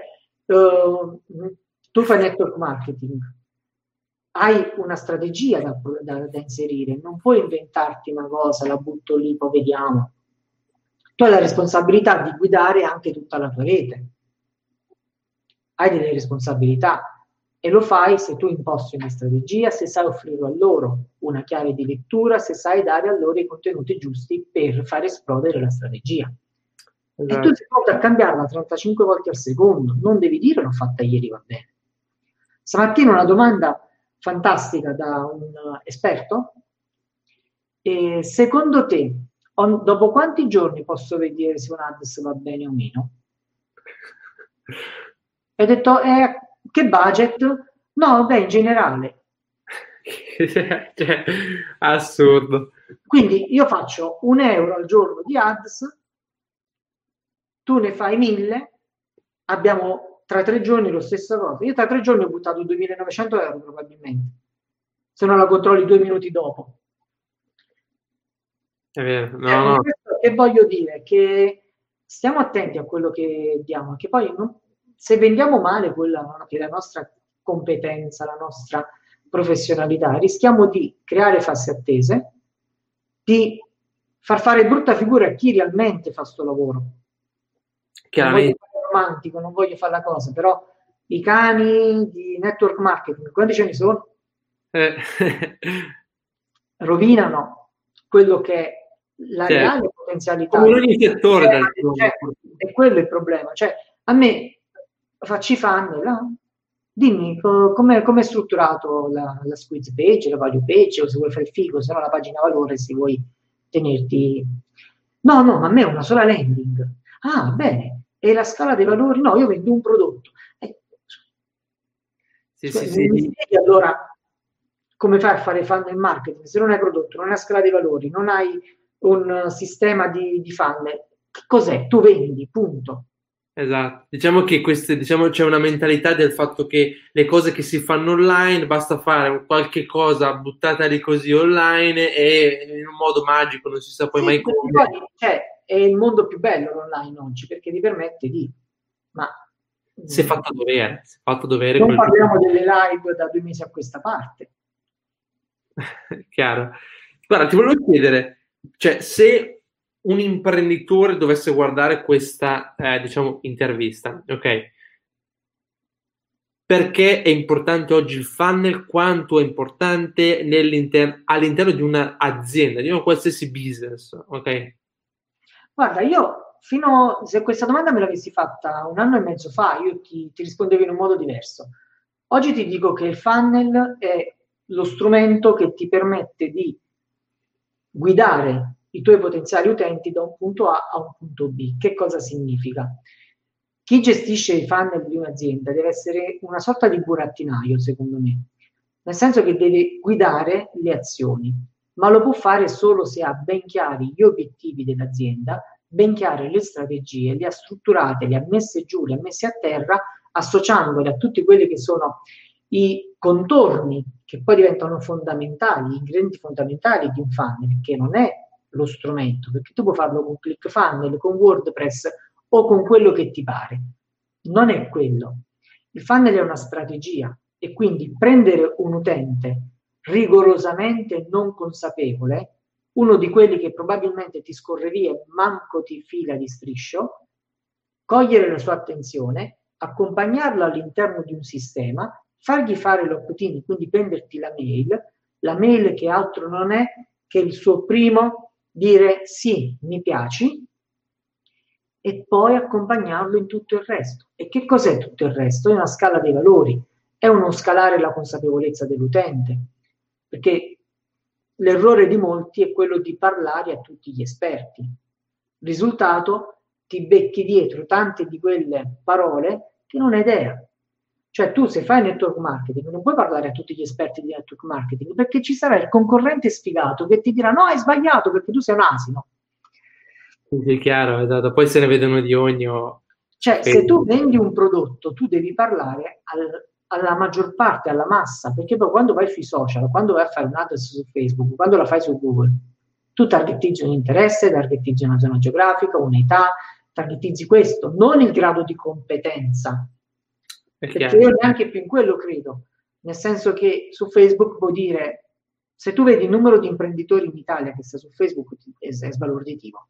tu fai network marketing, hai una strategia da inserire, non puoi inventarti una cosa, la butto lì, poi vediamo. Tu hai la responsabilità di guidare anche tutta la tua rete. Hai delle responsabilità e lo fai se tu imposti una strategia, se sai offrire a loro una chiave di lettura, se sai dare a loro i contenuti giusti per far esplodere la strategia. Esatto. E tu sei pronto a cambiarla 35 volte al secondo, non devi dire l'ho fatta ieri, va bene. Stamattina una domanda fantastica da un esperto. Secondo te, dopo quanti giorni posso vedere se un ads va bene o meno? E ho detto, che budget? No, vabbè, in generale. Cioè, assurdo. Quindi io faccio €1 al giorno di ads, tu ne fai 1.000, abbiamo tra 3 giorni lo stesso cosa. Io tra 3 giorni ho buttato €2.900 probabilmente, se non la controlli 2 minuti dopo. È vero, no. Questo che voglio dire? Che stiamo attenti a quello che diamo, che poi se vendiamo male quella che è la nostra competenza, la nostra professionalità, rischiamo di creare false attese, di far fare brutta figura a chi realmente fa sto lavoro. Non voglio fare romantico, non voglio fare la cosa, però i cani di network marketing, quanti ce ne sono? Rovinano quello che è la reale potenzialità. Come ogni settore del è quello il problema. Cioè, a me facci funnel, no? Dimmi come è strutturato la squeeze page, la value page, o se vuoi fare il figo, se no la pagina valore, se vuoi tenerti... No, a me è una sola landing. Ah, bene. E la scala dei valori? No, io vendo un prodotto. Mi spieghi allora come fai a fare funnel marketing se non hai prodotto, non hai scala dei valori, non hai un sistema di funnel. Che cos'è? Tu vendi, punto. Esatto, diciamo che diciamo, c'è una mentalità del fatto che le cose che si fanno online basta fare qualche cosa buttata lì così online e in un modo magico, non si sa poi Sì, mai perché come. poi è il mondo più bello l'online oggi, perché ti permette di... Ma Si è fatto dovere, si è fatto dovere non quel parliamo delle live da 2 mesi a questa parte. chiaro. Guarda, ti volevo chiedere, cioè, se un imprenditore dovesse guardare questa, diciamo, intervista, ok? Perché è importante oggi il funnel, quanto è importante all'interno di un'azienda, di un qualsiasi business, ok? Guarda, se questa domanda me l'avessi fatta 1 anno e mezzo fa, io ti rispondevo in un modo diverso. Oggi ti dico che il funnel è lo strumento che ti permette di guidare i tuoi potenziali utenti da un punto A a un punto B. Che cosa significa? Chi gestisce i funnel di un'azienda deve essere una sorta di burattinaio, secondo me, nel senso che deve guidare le azioni, ma lo può fare solo se ha ben chiari gli obiettivi dell'azienda, ben chiare le strategie, le ha strutturate, le ha messe giù, le ha messe a terra, associandole a tutti quelli che sono i contorni che poi diventano fondamentali, gli ingredienti fondamentali di un funnel, che non è lo strumento, perché tu puoi farlo con ClickFunnels, con WordPress o con quello che ti pare. Non è quello. Il funnel è una strategia e quindi prendere un utente rigorosamente non consapevole, uno di quelli che probabilmente ti scorre via e manco ti fila di striscio, cogliere la sua attenzione, accompagnarlo all'interno di un sistema, fargli fare l'opt-in, quindi prenderti la mail che altro non è che il suo primo dire sì, mi piaci, e poi accompagnarlo in tutto il resto. E che cos'è tutto il resto? È una scala dei valori, è uno scalare la consapevolezza dell'utente, perché l'errore di molti è quello di parlare a tutti gli esperti. Risultato, ti becchi dietro tante di quelle parole che non hai idea. Cioè tu se fai network marketing non puoi parlare a tutti gli esperti di network marketing perché ci sarà il concorrente sfigato che ti dirà no, hai sbagliato perché tu sei un asino. Sì, sì, chiaro, esatto. Poi se ne vedono di ogni. Cioè, se tu vendi un prodotto, tu devi parlare alla maggior parte, alla massa, perché poi quando vai sui social, quando vai a fare un ads su Facebook, quando la fai su Google, tu targetizzi un interesse, targetizzi una zona geografica, un'età, targetizzi questo, non il grado di competenza. È Perché chiaro. io neanche più in quello credo, nel senso che su Facebook puoi dire, se tu vedi il numero di imprenditori in Italia che sta su Facebook, è sbalorditivo.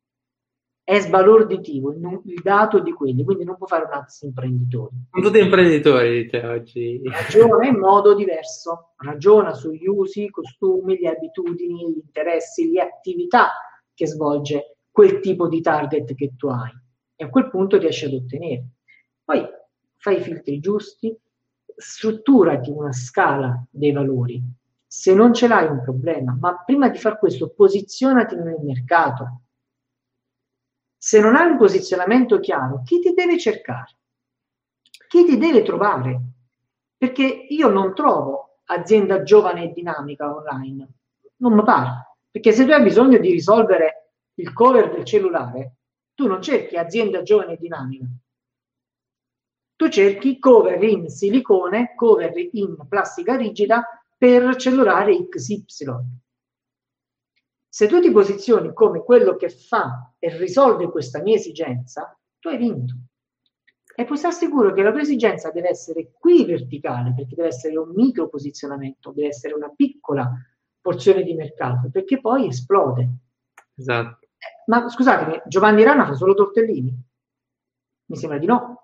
È sbalorditivo il dato di quelli, quindi non può fare un ads imprenditore. Sono tutti imprenditori, cioè, oggi. Ragiona in modo diverso, ragiona sugli usi, i costumi, le abitudini, gli interessi, le attività che svolge quel tipo di target che tu hai e a quel punto riesci ad ottenere. Poi fai i filtri giusti, strutturati una scala dei valori. Se non ce l'hai un problema, ma prima di far questo posizionati nel mercato. Se non hai un posizionamento chiaro, chi ti deve cercare? Chi ti deve trovare? Perché io non trovo azienda giovane e dinamica online, non mi pare. Perché se tu hai bisogno di risolvere il cover del cellulare, tu non cerchi azienda giovane e dinamica. Tu cerchi cover in silicone, cover in plastica rigida per cellulare XY. Se tu ti posizioni come quello che fa e risolve questa mia esigenza, tu hai vinto. E puoi stare sicuro che la tua esigenza deve essere qui verticale, perché deve essere un micro posizionamento, deve essere una piccola porzione di mercato, perché poi esplode. Esatto. Ma scusatemi, Giovanni Rana fa solo tortellini? Mi sembra di no.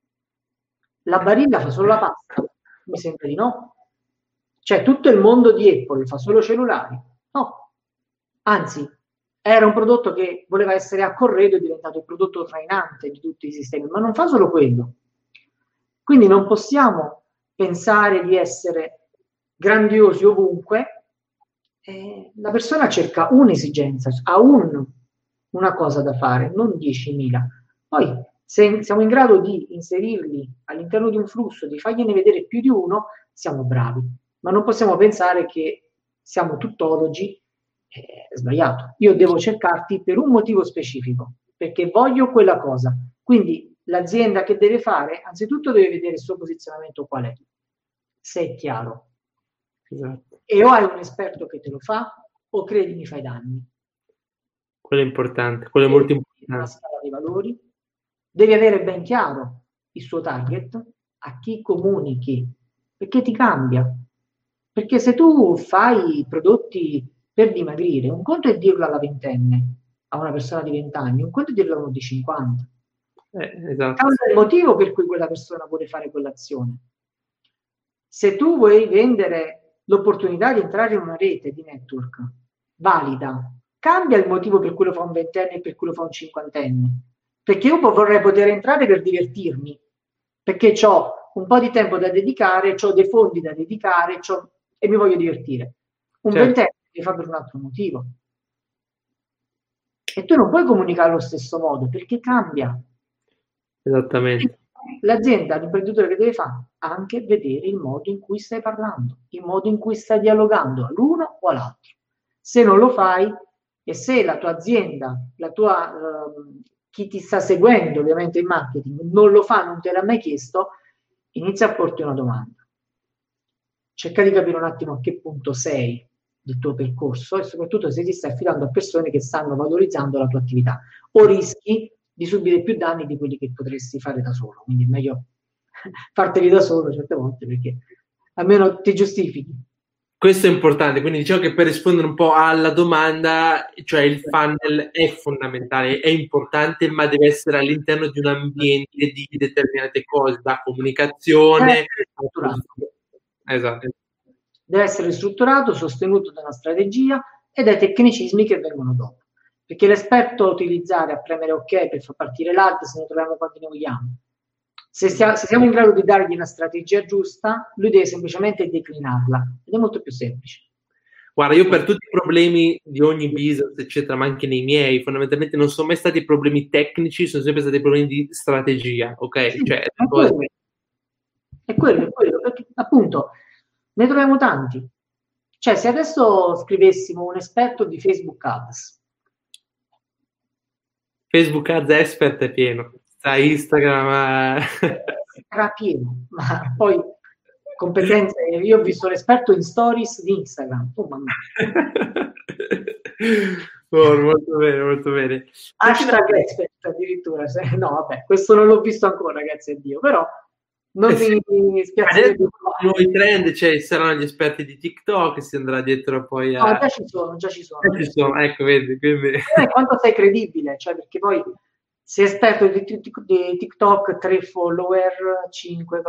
La Barilla fa solo la pasta? Mi sembra di no. Cioè tutto il mondo di Apple fa solo cellulari? No. Anzi, era un prodotto che voleva essere a corredo e è diventato il prodotto trainante di tutti i sistemi, ma non fa solo quello. Quindi non possiamo pensare di essere grandiosi ovunque. La persona cerca un'esigenza, ha una cosa da fare, non 10.000. Poi, se siamo in grado di inserirli all'interno di un flusso, di fargliene vedere più di uno, siamo bravi. Ma non possiamo pensare che siamo tuttologi È sbagliato. Io devo cercarti per un motivo specifico, perché voglio quella cosa. Quindi l'azienda che deve fare, anzitutto deve vedere il suo posizionamento qual è, se è chiaro. Esatto. E o hai un esperto che te lo fa, o credi mi fai danni. Quello è importante, quello è Devi molto avere una importante. scala dei valori, devi avere ben chiaro il suo target, a chi comunichi, perché ti cambia. Perché se tu fai prodotti per dimagrire, un conto è dirlo alla ventenne, a una persona di 20 anni, un conto è dirlo a uno di 50. Esatto. Cambia il motivo per cui quella persona vuole fare quell'azione. Se tu vuoi vendere l'opportunità di entrare in una rete di network valida, cambia il motivo per cui lo fa un ventenne e per cui lo fa un cinquantenne. Perché io vorrei poter entrare per divertirmi, perché ho un po' di tempo da dedicare, ho dei fondi da dedicare e mi voglio divertire. Un Certo, ventenne lo fa per un altro motivo. E tu non puoi comunicare allo stesso modo perché cambia. esattamente. L'azienda, l'imprenditore che deve fare? Anche vedere il modo in cui stai parlando, il modo in cui stai dialogando all'uno o all'altro. Se non lo fai e se la tua azienda, chi ti sta seguendo ovviamente in marketing non lo fa, non te l'ha mai chiesto, inizia a porti una domanda. Cerca di capire un attimo a che punto sei del tuo percorso e soprattutto se ti stai affidando a persone che stanno valorizzando la tua attività o rischi di subire più danni di quelli che potresti fare da solo. Quindi è meglio farteli da solo certe volte perché almeno ti giustifichi. Questo è importante, quindi diciamo che per rispondere un po' alla domanda, cioè il funnel è fondamentale, è importante, ma deve essere all'interno di un ambiente di determinate cose, da Deve comunicazione essere a strutturato. esatto. Deve essere strutturato, sostenuto da una strategia e dai tecnicismi che vengono dopo. Perché l'esperto a utilizzare, a premere OK per far partire l'ad, se ne troviamo quanti ne vogliamo. Se siamo in grado di dargli una strategia giusta, lui deve semplicemente declinarla ed è molto più semplice. Guarda, io per tutti i problemi di ogni business, eccetera, ma anche nei miei, fondamentalmente non sono mai stati problemi tecnici, sono sempre stati problemi di strategia, ok? Sì, Cioè, è quello. È quello, perché appunto ne troviamo tanti. Cioè, se adesso scrivessimo un esperto di Facebook Ads, Facebook Ads Expert è pieno, sta Instagram. sarà pieno, ma poi competenze, io ho visto l'esperto in stories di Instagram, oh mamma mia. Oh, molto bene, molto bene. Senti, Hashtag expert addirittura, no vabbè, questo non l'ho visto ancora, grazie a Dio, però non mi adesso spiazzerei di i nuovi trend, cioè saranno gli esperti di TikTok, si andrà dietro poi no, a... già ci sono. Ci sono, ecco, vedi, quindi... Quanto sei credibile, cioè perché poi sei esperto di TikTok, 3 follower, 5...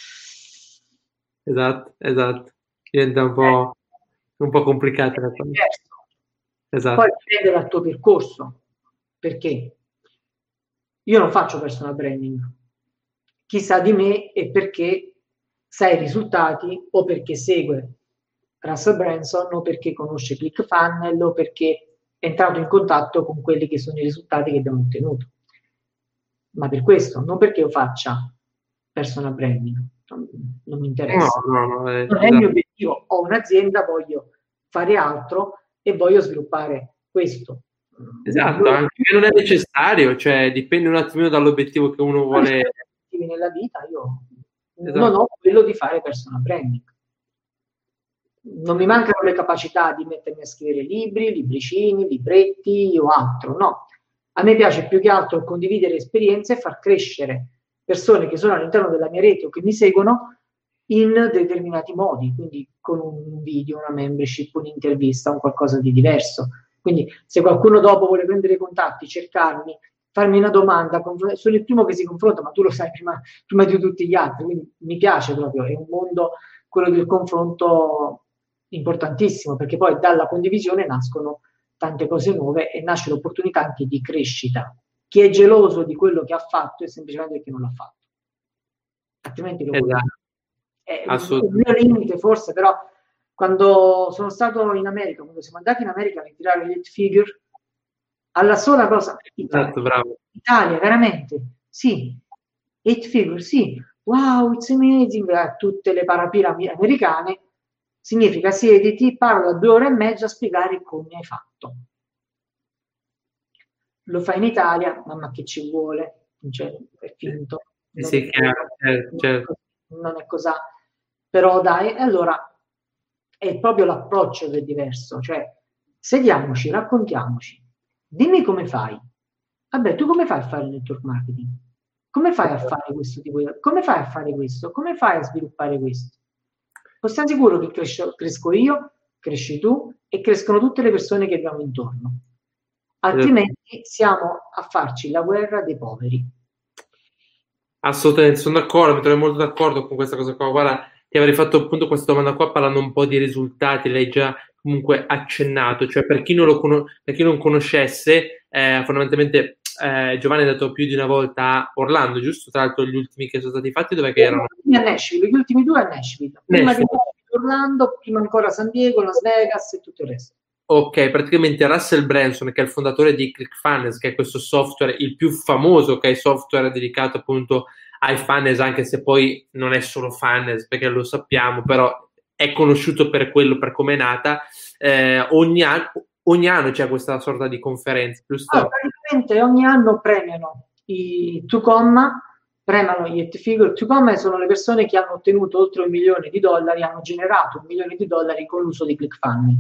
Esatto, esatto. Diventa un po' complicata la cosa. diverso. Poi Esatto. dipende dal tuo percorso, perché io non faccio personal branding. Chi sa di me è perché sa i risultati o perché segue Russell Branson o perché conosce ClickFunnels o perché è entrato in contatto con quelli che sono i risultati che abbiamo ottenuto. Ma per questo, non perché io faccia personal branding, non mi No, interessa. no, no, Non è il mio esatto. obiettivo, ho un'azienda, voglio fare altro e voglio sviluppare questo. Esatto, anche che non è necessario, cioè dipende un attimino dall'obiettivo che uno vuole. Nella vita io non Esatto. ho quello di fare personal branding. Non mi mancano le capacità di mettermi a scrivere libri, libricini, libretti o altro, no. A me piace più che altro condividere esperienze e far crescere persone che sono all'interno della mia rete o che mi seguono in determinati modi, quindi con un video, una membership, un'intervista, un qualcosa di diverso. Quindi se qualcuno dopo vuole prendere contatti, cercarmi, farmi una domanda, sono il primo che si confronta, ma tu lo sai prima di tutti gli altri, quindi mi piace proprio, è un mondo, quello del confronto importantissimo, perché poi dalla condivisione nascono tante cose nuove e nasce l'opportunità anche di crescita. Chi è geloso di quello che ha fatto è semplicemente perché non l'ha fatto, altrimenti lo vuole. Esatto, È un assolutamente. mio limite forse, però quando sono stato in America, quando siamo andati in America a ritirare l'hit figure, alla sola cosa, Italia, Esatto, bravo. Italia, veramente, sì, hit figure, sì, wow, it's amazing, tutte le parapire americane, Significa siediti, parla 2 ore e mezza a spiegare come hai fatto. Lo fai in Italia, mamma che ci vuole, cioè, è finto, non è Sì, chiaro, certo, certo. non è così. Però dai, allora è proprio l'approccio che è diverso, cioè sediamoci, raccontiamoci, dimmi come fai. Vabbè, tu come fai a fare network marketing? Come fai a fare questo tipo di... Come fai a fare questo? Come fai a sviluppare questo? Sono sicuro che cresco io, cresci tu e crescono tutte le persone che abbiamo intorno. Altrimenti siamo a farci la guerra dei poveri. Assolutamente, sono d'accordo, mi trovo molto d'accordo con questa cosa qua. Guarda, ti avrei fatto appunto questa domanda qua parlando un po' di risultati, l'hai già comunque accennato, cioè per chi non conoscesse, fondamentalmente Giovanni è andato più di una volta a Orlando, giusto? Tra l'altro gli ultimi che sono stati fatti dove che erano? A Nashville, gli ultimi 2 a Nashville. Prima di Nashville. Orlando, prima ancora San Diego, Las Vegas e tutto il resto. Ok, praticamente Russell Branson, che è il fondatore di ClickFunnels, che è questo software, il più famoso, che è il software dedicato appunto ai funnels, anche se poi non è solo funnels, perché lo sappiamo, però è conosciuto per quello, per come è nata. Ogni anno c'è questa sorta di conferenza, giusto? Allora, praticamente ogni anno premiano i 2 premiano gli hit figure. 2 sono le persone che hanno ottenuto oltre $1 milione, hanno generato $1 milione con l'uso di ClickFunnels.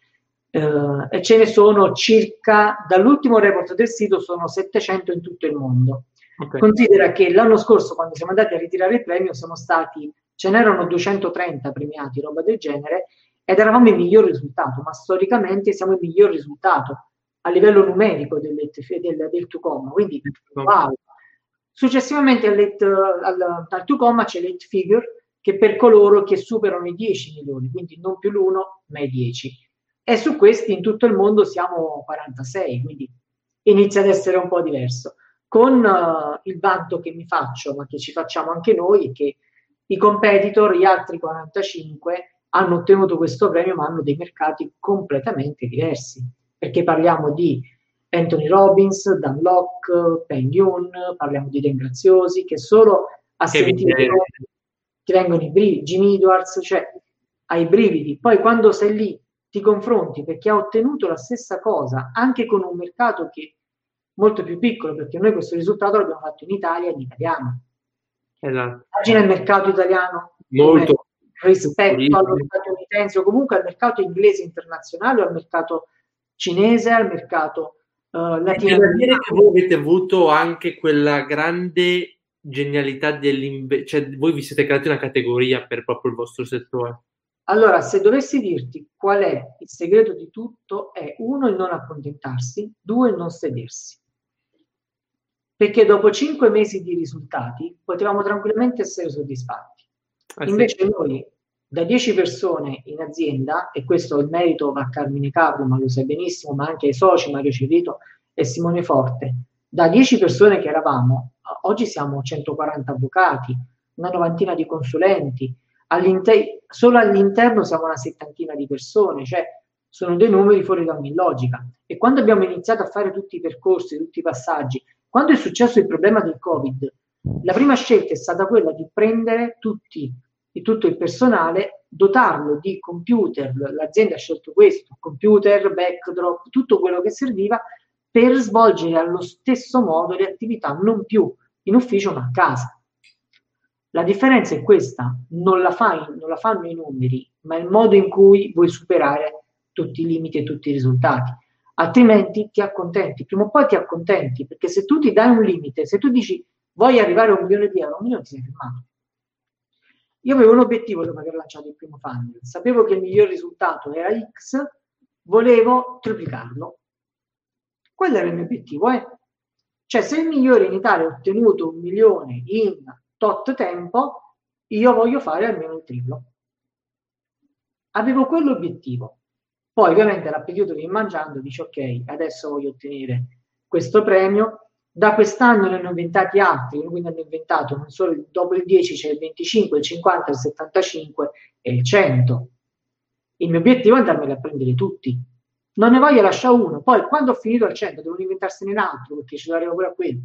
E ce ne sono circa, dall'ultimo report del sito, sono 700 in tutto il mondo. Okay. Considera che l'anno scorso, quando siamo andati a ritirare il premio, ce n'erano 230 premiati, roba del genere, ed eravamo il miglior risultato, ma storicamente siamo il miglior risultato a livello numerico del Tucoma, quindi wow. Successivamente al Tucoma c'è l'Eight Figure, che per coloro che superano i 10 milioni, quindi non più l'1 ma i 10. E su questi in tutto il mondo siamo 46, quindi inizia ad essere un po' diverso. Con il vanto che mi faccio, ma che ci facciamo anche noi, è che i competitor, gli altri 45, hanno ottenuto questo premio, ma hanno dei mercati completamente diversi, perché parliamo di Anthony Robbins, Dan Locke, Peng Yun, parliamo di Dan Graziosi, che solo a sentire ti vengono i brividi, Jimmy Edwards, cioè hai brividi. Poi quando sei lì ti confronti perché ha ottenuto la stessa cosa anche con un mercato che è molto più piccolo, perché noi questo risultato l'abbiamo fatto in Italia, in italiano. Esatto. Immagina il mercato italiano molto rispetto allo statunitense o comunque al mercato inglese internazionale o al mercato cinese, al mercato Devo dire che voi avete avuto anche quella grande genialità cioè voi vi siete creati una categoria per proprio il vostro settore. Allora, se dovessi dirti qual è il segreto di tutto, è 1 il non accontentarsi, 2 il non sedersi. Perché dopo 5 mesi di risultati potevamo tranquillamente essere soddisfatti. Invece sì. Noi, da 10 persone in azienda, e questo il merito va a Carmine Capro, ma lo sai benissimo, ma anche ai soci Mario Cerrito e Simone Forte, da 10 persone che eravamo, oggi siamo 140 avvocati, una novantina di consulenti, solo all'interno siamo una settantina di persone, cioè sono dei numeri fuori da ogni logica. E quando abbiamo iniziato a fare tutti i percorsi, tutti i passaggi, quando è successo il problema del Covid, la prima scelta è stata quella di prendere tutto il personale, dotarlo di computer, l'azienda ha scelto questo, computer, backdrop, tutto quello che serviva per svolgere allo stesso modo le attività, non più in ufficio ma a casa. La differenza è questa, non la fanno i numeri, ma il modo in cui vuoi superare tutti i limiti e tutti i risultati. Altrimenti ti accontenti, prima o poi ti accontenti, perché se tu ti dai un limite, se tu dici voglio arrivare a €1 milione, €1 milione ti sei fermato. Io avevo un obiettivo dopo aver lanciato il primo funnel, sapevo che il miglior risultato era X, volevo triplicarlo. Quello era il mio obiettivo, Cioè, se il migliore in Italia ha ottenuto 1 milione in tot tempo, io voglio fare almeno il triplo. Avevo quell'obiettivo. Poi ovviamente l'appetito viene mangiando, dici ok, adesso voglio ottenere questo premio. Da quest'anno ne hanno inventati altri, quindi hanno inventato non solo dopo il 10 c'è il 25, il 50, il 75 e il 100. Il mio obiettivo è andarmeli a prendere tutti. Non ne voglio lasciare uno. Poi quando ho finito al 100 devono inventarsene un altro perché ci arrivo pure a quello.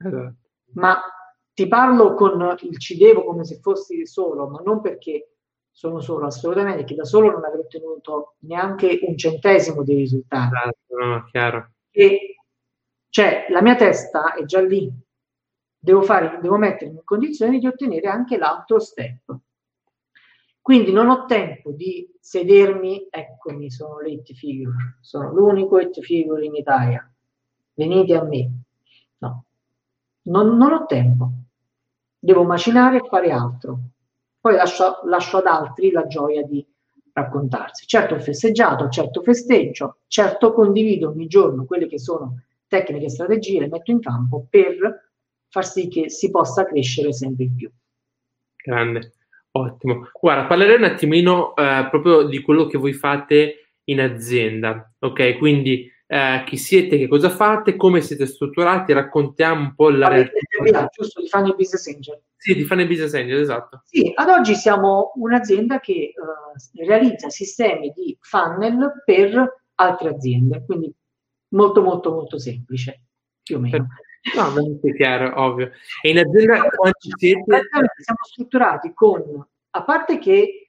Ma ti parlo con il ci devo come se fossi solo, ma non perché sono solo assolutamente, che da solo non avrei ottenuto neanche un centesimo dei risultati. No, chiaro. E cioè la mia testa è già lì, devo mettermi in condizioni di ottenere anche l'altro step. Quindi non ho tempo di sedermi, eccomi, sono l'hit figure, sono l'unico hit figure in Italia, venite a me. No, non ho tempo, devo macinare e fare altro. Poi lascio ad altri la gioia di raccontarsi. Certo ho festeggiato, certo festeggio, certo condivido ogni giorno quelle che sono tecniche e strategie, le metto in campo per far sì che si possa crescere sempre di più. Grande, ottimo. Guarda, parlerei un attimino proprio di quello che voi fate in azienda, ok? Quindi chi siete, che cosa fate, come siete strutturati, raccontiamo un po' la realtà. Giusto, di Funny Business Angel. Sì, di Funny Business Angel, esatto. Sì, ad oggi siamo un'azienda che realizza sistemi di funnel per altre aziende, quindi molto molto molto semplice, più o meno. No, non è chiaro, ovvio. E in azienda quanti siete? Siamo strutturati con, a parte che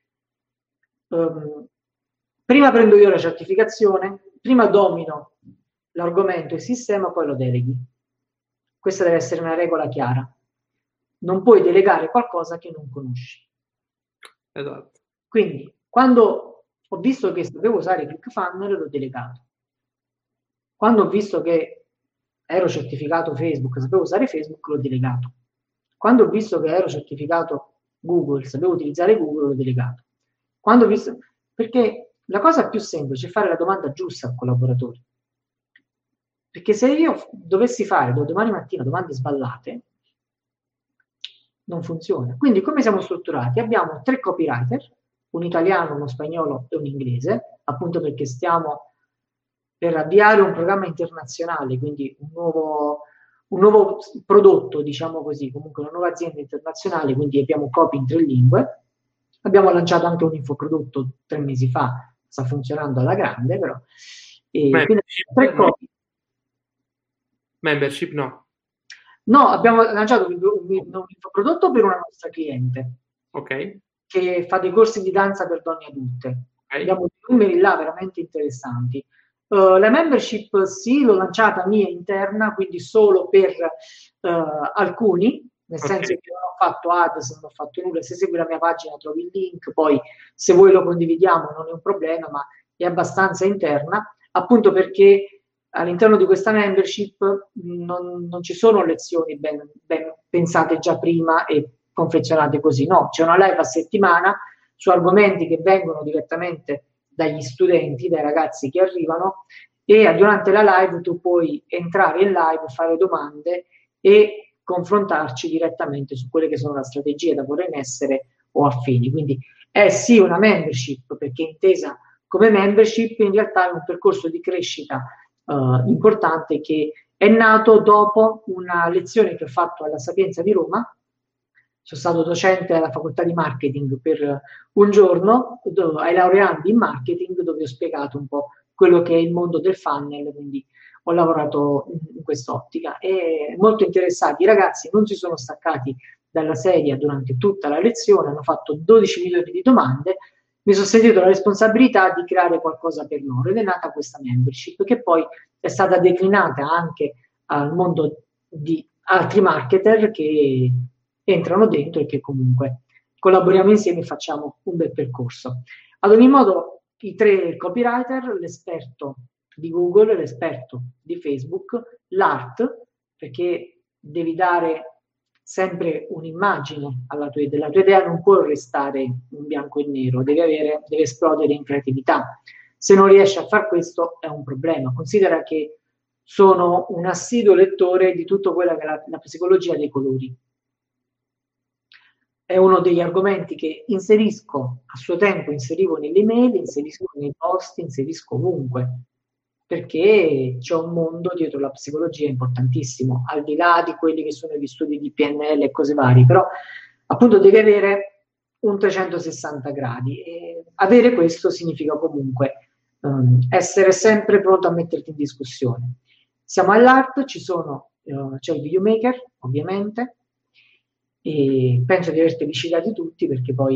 prima prendo io la certificazione, prima domino l'argomento e il sistema, poi lo deleghi. Questa deve essere una regola chiara. Non puoi delegare qualcosa che non conosci. Esatto. Quindi, quando ho visto che sapevo usare ClickFunnels, l'ho delegato. Quando ho visto che ero certificato Facebook, sapevo usare Facebook, l'ho delegato. Quando ho visto che ero certificato Google, sapevo utilizzare Google, l'ho delegato. Quando ho visto... Perché la cosa più semplice è fare la domanda giusta al collaboratore. Perché se io dovessi fare domani mattina domande sballate, non funziona. Quindi come siamo strutturati? Abbiamo 3 copywriter, un italiano, uno spagnolo e un inglese, appunto perché stiamo per avviare un programma internazionale, quindi un nuovo prodotto, diciamo così, comunque una nuova azienda internazionale, quindi abbiamo copy in 3 lingue. Abbiamo lanciato anche un infoprodotto 3 mesi fa, sta funzionando alla grande, però. E quindi 3 copy. Membership no. No, abbiamo lanciato un infoprodotto per una nostra cliente. Ok. Che fa dei corsi di danza per donne adulte. Okay. Abbiamo dei numeri là veramente interessanti. La membership sì, l'ho lanciata mia interna, quindi solo per alcuni, nel senso che non ho fatto ads, non ho fatto nulla. Se segui la mia pagina trovi il link, poi se vuoi lo condividiamo non è un problema, ma è abbastanza interna, appunto perché all'interno di questa membership non ci sono lezioni ben pensate già prima e confezionate così, no, c'è una live a settimana su argomenti che vengono direttamente dagli studenti, dai ragazzi che arrivano, e durante la live tu puoi entrare in live, fare domande e confrontarci direttamente su quelle che sono le strategie da porre in essere o affini. Quindi è sì una membership, perché intesa come membership in realtà è un percorso di crescita importante che è nato dopo una lezione che ho fatto alla Sapienza di Roma. Sono stato docente alla facoltà di marketing per un giorno ai laureandi in marketing, dove ho spiegato un po' quello che è il mondo del funnel, quindi ho lavorato in quest'ottica. E molto interessati i ragazzi non si sono staccati dalla sedia durante tutta la lezione, hanno fatto 12 milioni di domande, mi sono sentito la responsabilità di creare qualcosa per loro ed è nata questa membership che poi è stata declinata anche al mondo di altri marketer che entrano dentro e che comunque collaboriamo insieme e facciamo un bel percorso. Ad ogni modo, i 3 copywriter, l'esperto di Google, l'esperto di Facebook, l'art, perché devi dare sempre un'immagine alla tua idea. La tua idea non può restare in bianco e nero, deve esplodere in creatività. Se non riesci a fare questo è un problema. Considera che sono un assiduo lettore di tutto quello che è la psicologia dei colori. È uno degli argomenti che inserisco, a suo tempo inserivo nelle email, inserisco nei post, inserisco ovunque, perché c'è un mondo dietro la psicologia importantissimo, al di là di quelli che sono gli studi di PNL e cose varie, però appunto devi avere un 360 gradi e avere questo significa comunque essere sempre pronto a metterti in discussione. Siamo all'art, c'è il videomaker, ovviamente, e penso di averteli citati tutti perché poi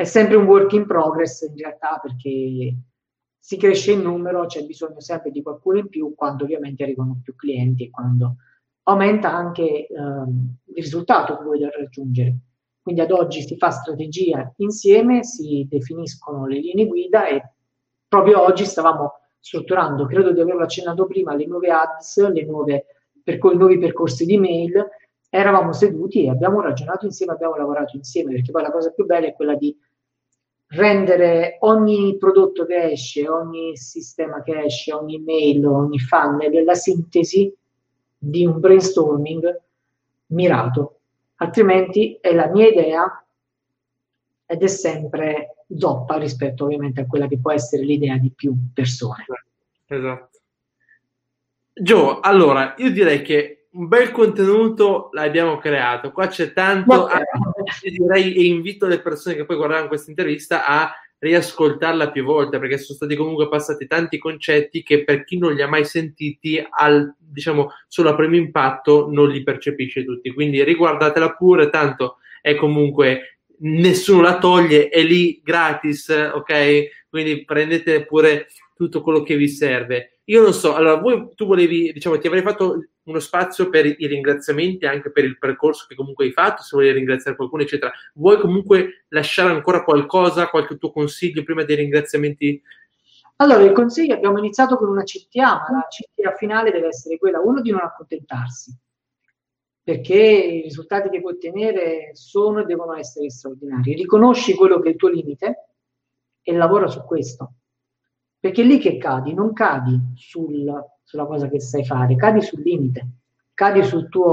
è sempre un work in progress in realtà, perché si cresce in numero, c'è bisogno sempre di qualcuno in più quando ovviamente arrivano più clienti e quando aumenta anche il risultato che vuoi raggiungere. Quindi ad oggi si fa strategia insieme, si definiscono le linee guida e proprio oggi stavamo strutturando, credo di averlo accennato prima, le nuove ads, i nuovi percorsi di mail. Eravamo seduti e abbiamo ragionato insieme, abbiamo lavorato insieme, perché poi la cosa più bella è quella di rendere ogni prodotto che esce, ogni sistema che esce, ogni mail, ogni funnel, la sintesi di un brainstorming mirato. Altrimenti è la mia idea ed è sempre zoppa rispetto ovviamente a quella che può essere l'idea di più persone. Esatto. Gio, allora, io direi che un bel contenuto l'abbiamo creato. Qua c'è tanto, direi, e invito le persone che poi guarderanno questa intervista a riascoltarla più volte, perché sono stati comunque passati tanti concetti che per chi non li ha mai sentiti, diciamo, solo a primo impatto non li percepisce tutti. Quindi riguardatela pure, tanto è comunque nessuno la toglie, è lì gratis, ok? Quindi prendete pure tutto quello che vi serve. Io non so, allora tu volevi, diciamo, ti avrei fatto uno spazio per i ringraziamenti, anche per il percorso che comunque hai fatto, se vuoi ringraziare qualcuno, eccetera. Vuoi comunque lasciare ancora qualcosa, qualche tuo consiglio prima dei ringraziamenti? Allora, il consiglio, abbiamo iniziato con una CTA, ma la CTA finale deve essere quella, uno, di non accontentarsi, perché i risultati che puoi ottenere sono e devono essere straordinari. Riconosci quello che è il tuo limite e lavora su questo, perché è lì che cadi, non cadi sulla cosa che sai fare, cadi sul limite, cadi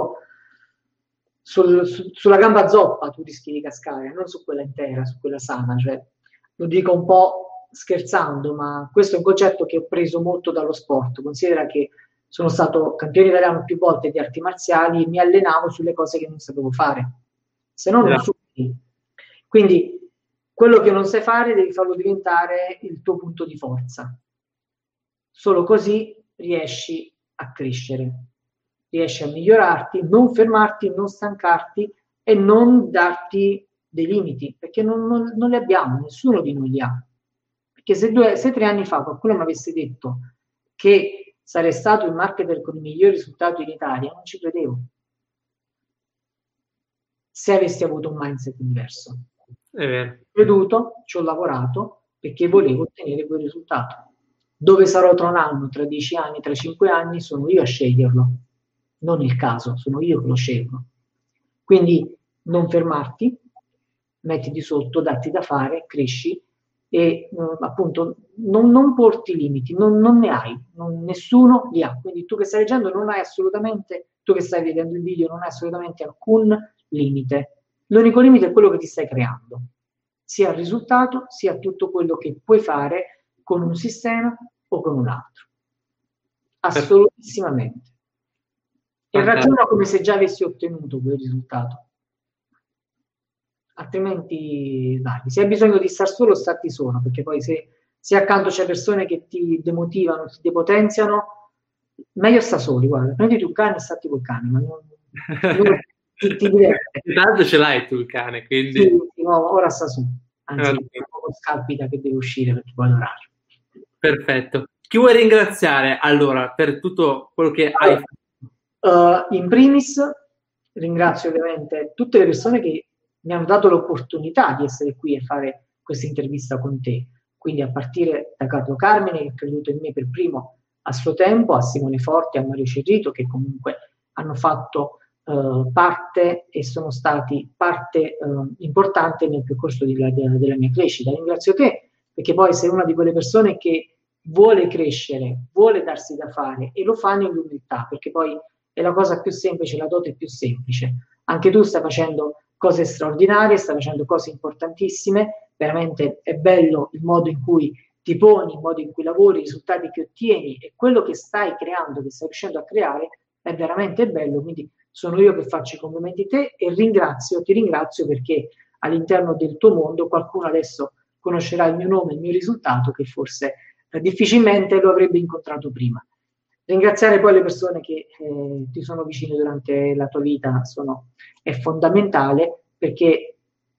sulla gamba zoppa, tu rischi di cascare, non su quella intera, su quella sana, cioè, lo dico un po' scherzando, ma questo è un concetto che ho preso molto dallo sport. Considera che sono stato campione italiano più volte di arti marziali e mi allenavo sulle cose che non sapevo fare, se no non superi. Quindi quello che non sai fare devi farlo diventare il tuo punto di forza. Solo così riesci a crescere, riesci a migliorarti, non fermarti, non stancarti e non darti dei limiti, perché non li abbiamo, nessuno di noi li ha. Perché se 3 anni fa qualcuno mi avesse detto che sarei stato il marketer con i migliori risultati in Italia, non ci credevo. Se avessi avuto un mindset diverso. Ho creduto, ci ho lavorato perché volevo ottenere quel risultato. Dove sarò tra un anno, tra 10 anni, tra 5 anni, sono io a sceglierlo, non il caso, sono io che lo scelgo. Quindi non fermarti, mettiti sotto, datti da fare, cresci e appunto non porti limiti, non ne hai, nessuno li ha. Quindi tu che stai leggendo non hai assolutamente, tu che stai vedendo il video non hai assolutamente alcun limite. L'unico limite è quello che ti stai creando, sia il risultato, sia tutto quello che puoi fare con un sistema o con un altro. Assolutissimamente. E ragiona come se già avessi ottenuto quel risultato. Altrimenti, dai, se hai bisogno di star solo, stati solo, perché poi se accanto c'è persone che ti demotivano, ti depotenziano, meglio sta soli, guarda, prenditi un cane e statti col cane, ma non ti diverte. Tanto ce l'hai tu il cane, quindi... Sì, no, ora sta su, anzi, è un po' scalpita che deve uscire perché poi l'orario. Perfetto. Chi vuoi ringraziare allora per tutto quello che hai fatto? In primis ringrazio ovviamente tutte le persone che mi hanno dato l'opportunità di essere qui e fare questa intervista con te, quindi a partire da Carlo Carmine che ha creduto in me per primo a suo tempo, a Simone Forti, a Mario Cerrito che comunque hanno fatto parte e sono stati parte importante nel percorso della mia crescita. Ringrazio te perché poi sei una di quelle persone che vuole crescere, vuole darsi da fare e lo fa nell'umiltà, perché poi è la cosa più semplice, la dote più semplice. Anche tu stai facendo cose straordinarie, stai facendo cose importantissime, veramente è bello il modo in cui ti poni, il modo in cui lavori, i risultati che ottieni e quello che stai creando, che stai riuscendo a creare, è veramente bello, quindi sono io che faccio i complimenti a te e ti ringrazio perché all'interno del tuo mondo qualcuno adesso conoscerà il mio nome, il mio risultato, che forse difficilmente lo avrebbe incontrato prima. Ringraziare poi le persone che ti sono vicine durante la tua vita è fondamentale perché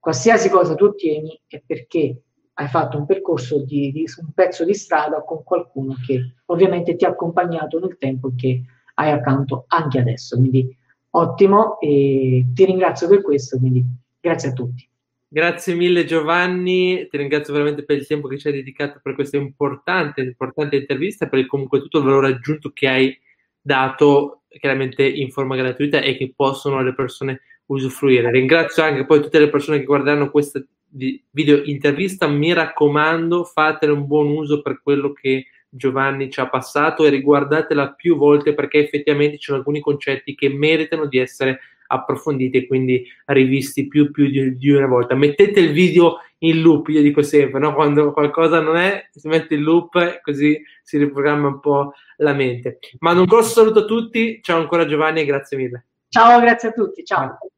qualsiasi cosa tu ottieni è perché hai fatto un percorso di un pezzo di strada con qualcuno che ovviamente ti ha accompagnato nel tempo e che hai accanto anche adesso. Quindi ottimo e ti ringrazio per questo, quindi grazie a tutti. Grazie mille Giovanni, ti ringrazio veramente per il tempo che ci hai dedicato per questa importante intervista, per comunque tutto il valore aggiunto che hai dato chiaramente in forma gratuita e che possono le persone usufruire. Ringrazio anche poi tutte le persone che guarderanno questa video intervista, mi raccomando, fatene un buon uso per quello che Giovanni ci ha passato e riguardatela più volte perché effettivamente ci sono alcuni concetti che meritano di essere approfonditi e quindi rivisti più di una volta. Mettete il video in loop, io dico sempre, no? Quando qualcosa non è, si mette in loop così si riprogramma un po' la mente. Mando un grosso saluto a tutti, ciao ancora Giovanni e grazie mille. Ciao, grazie a tutti, ciao.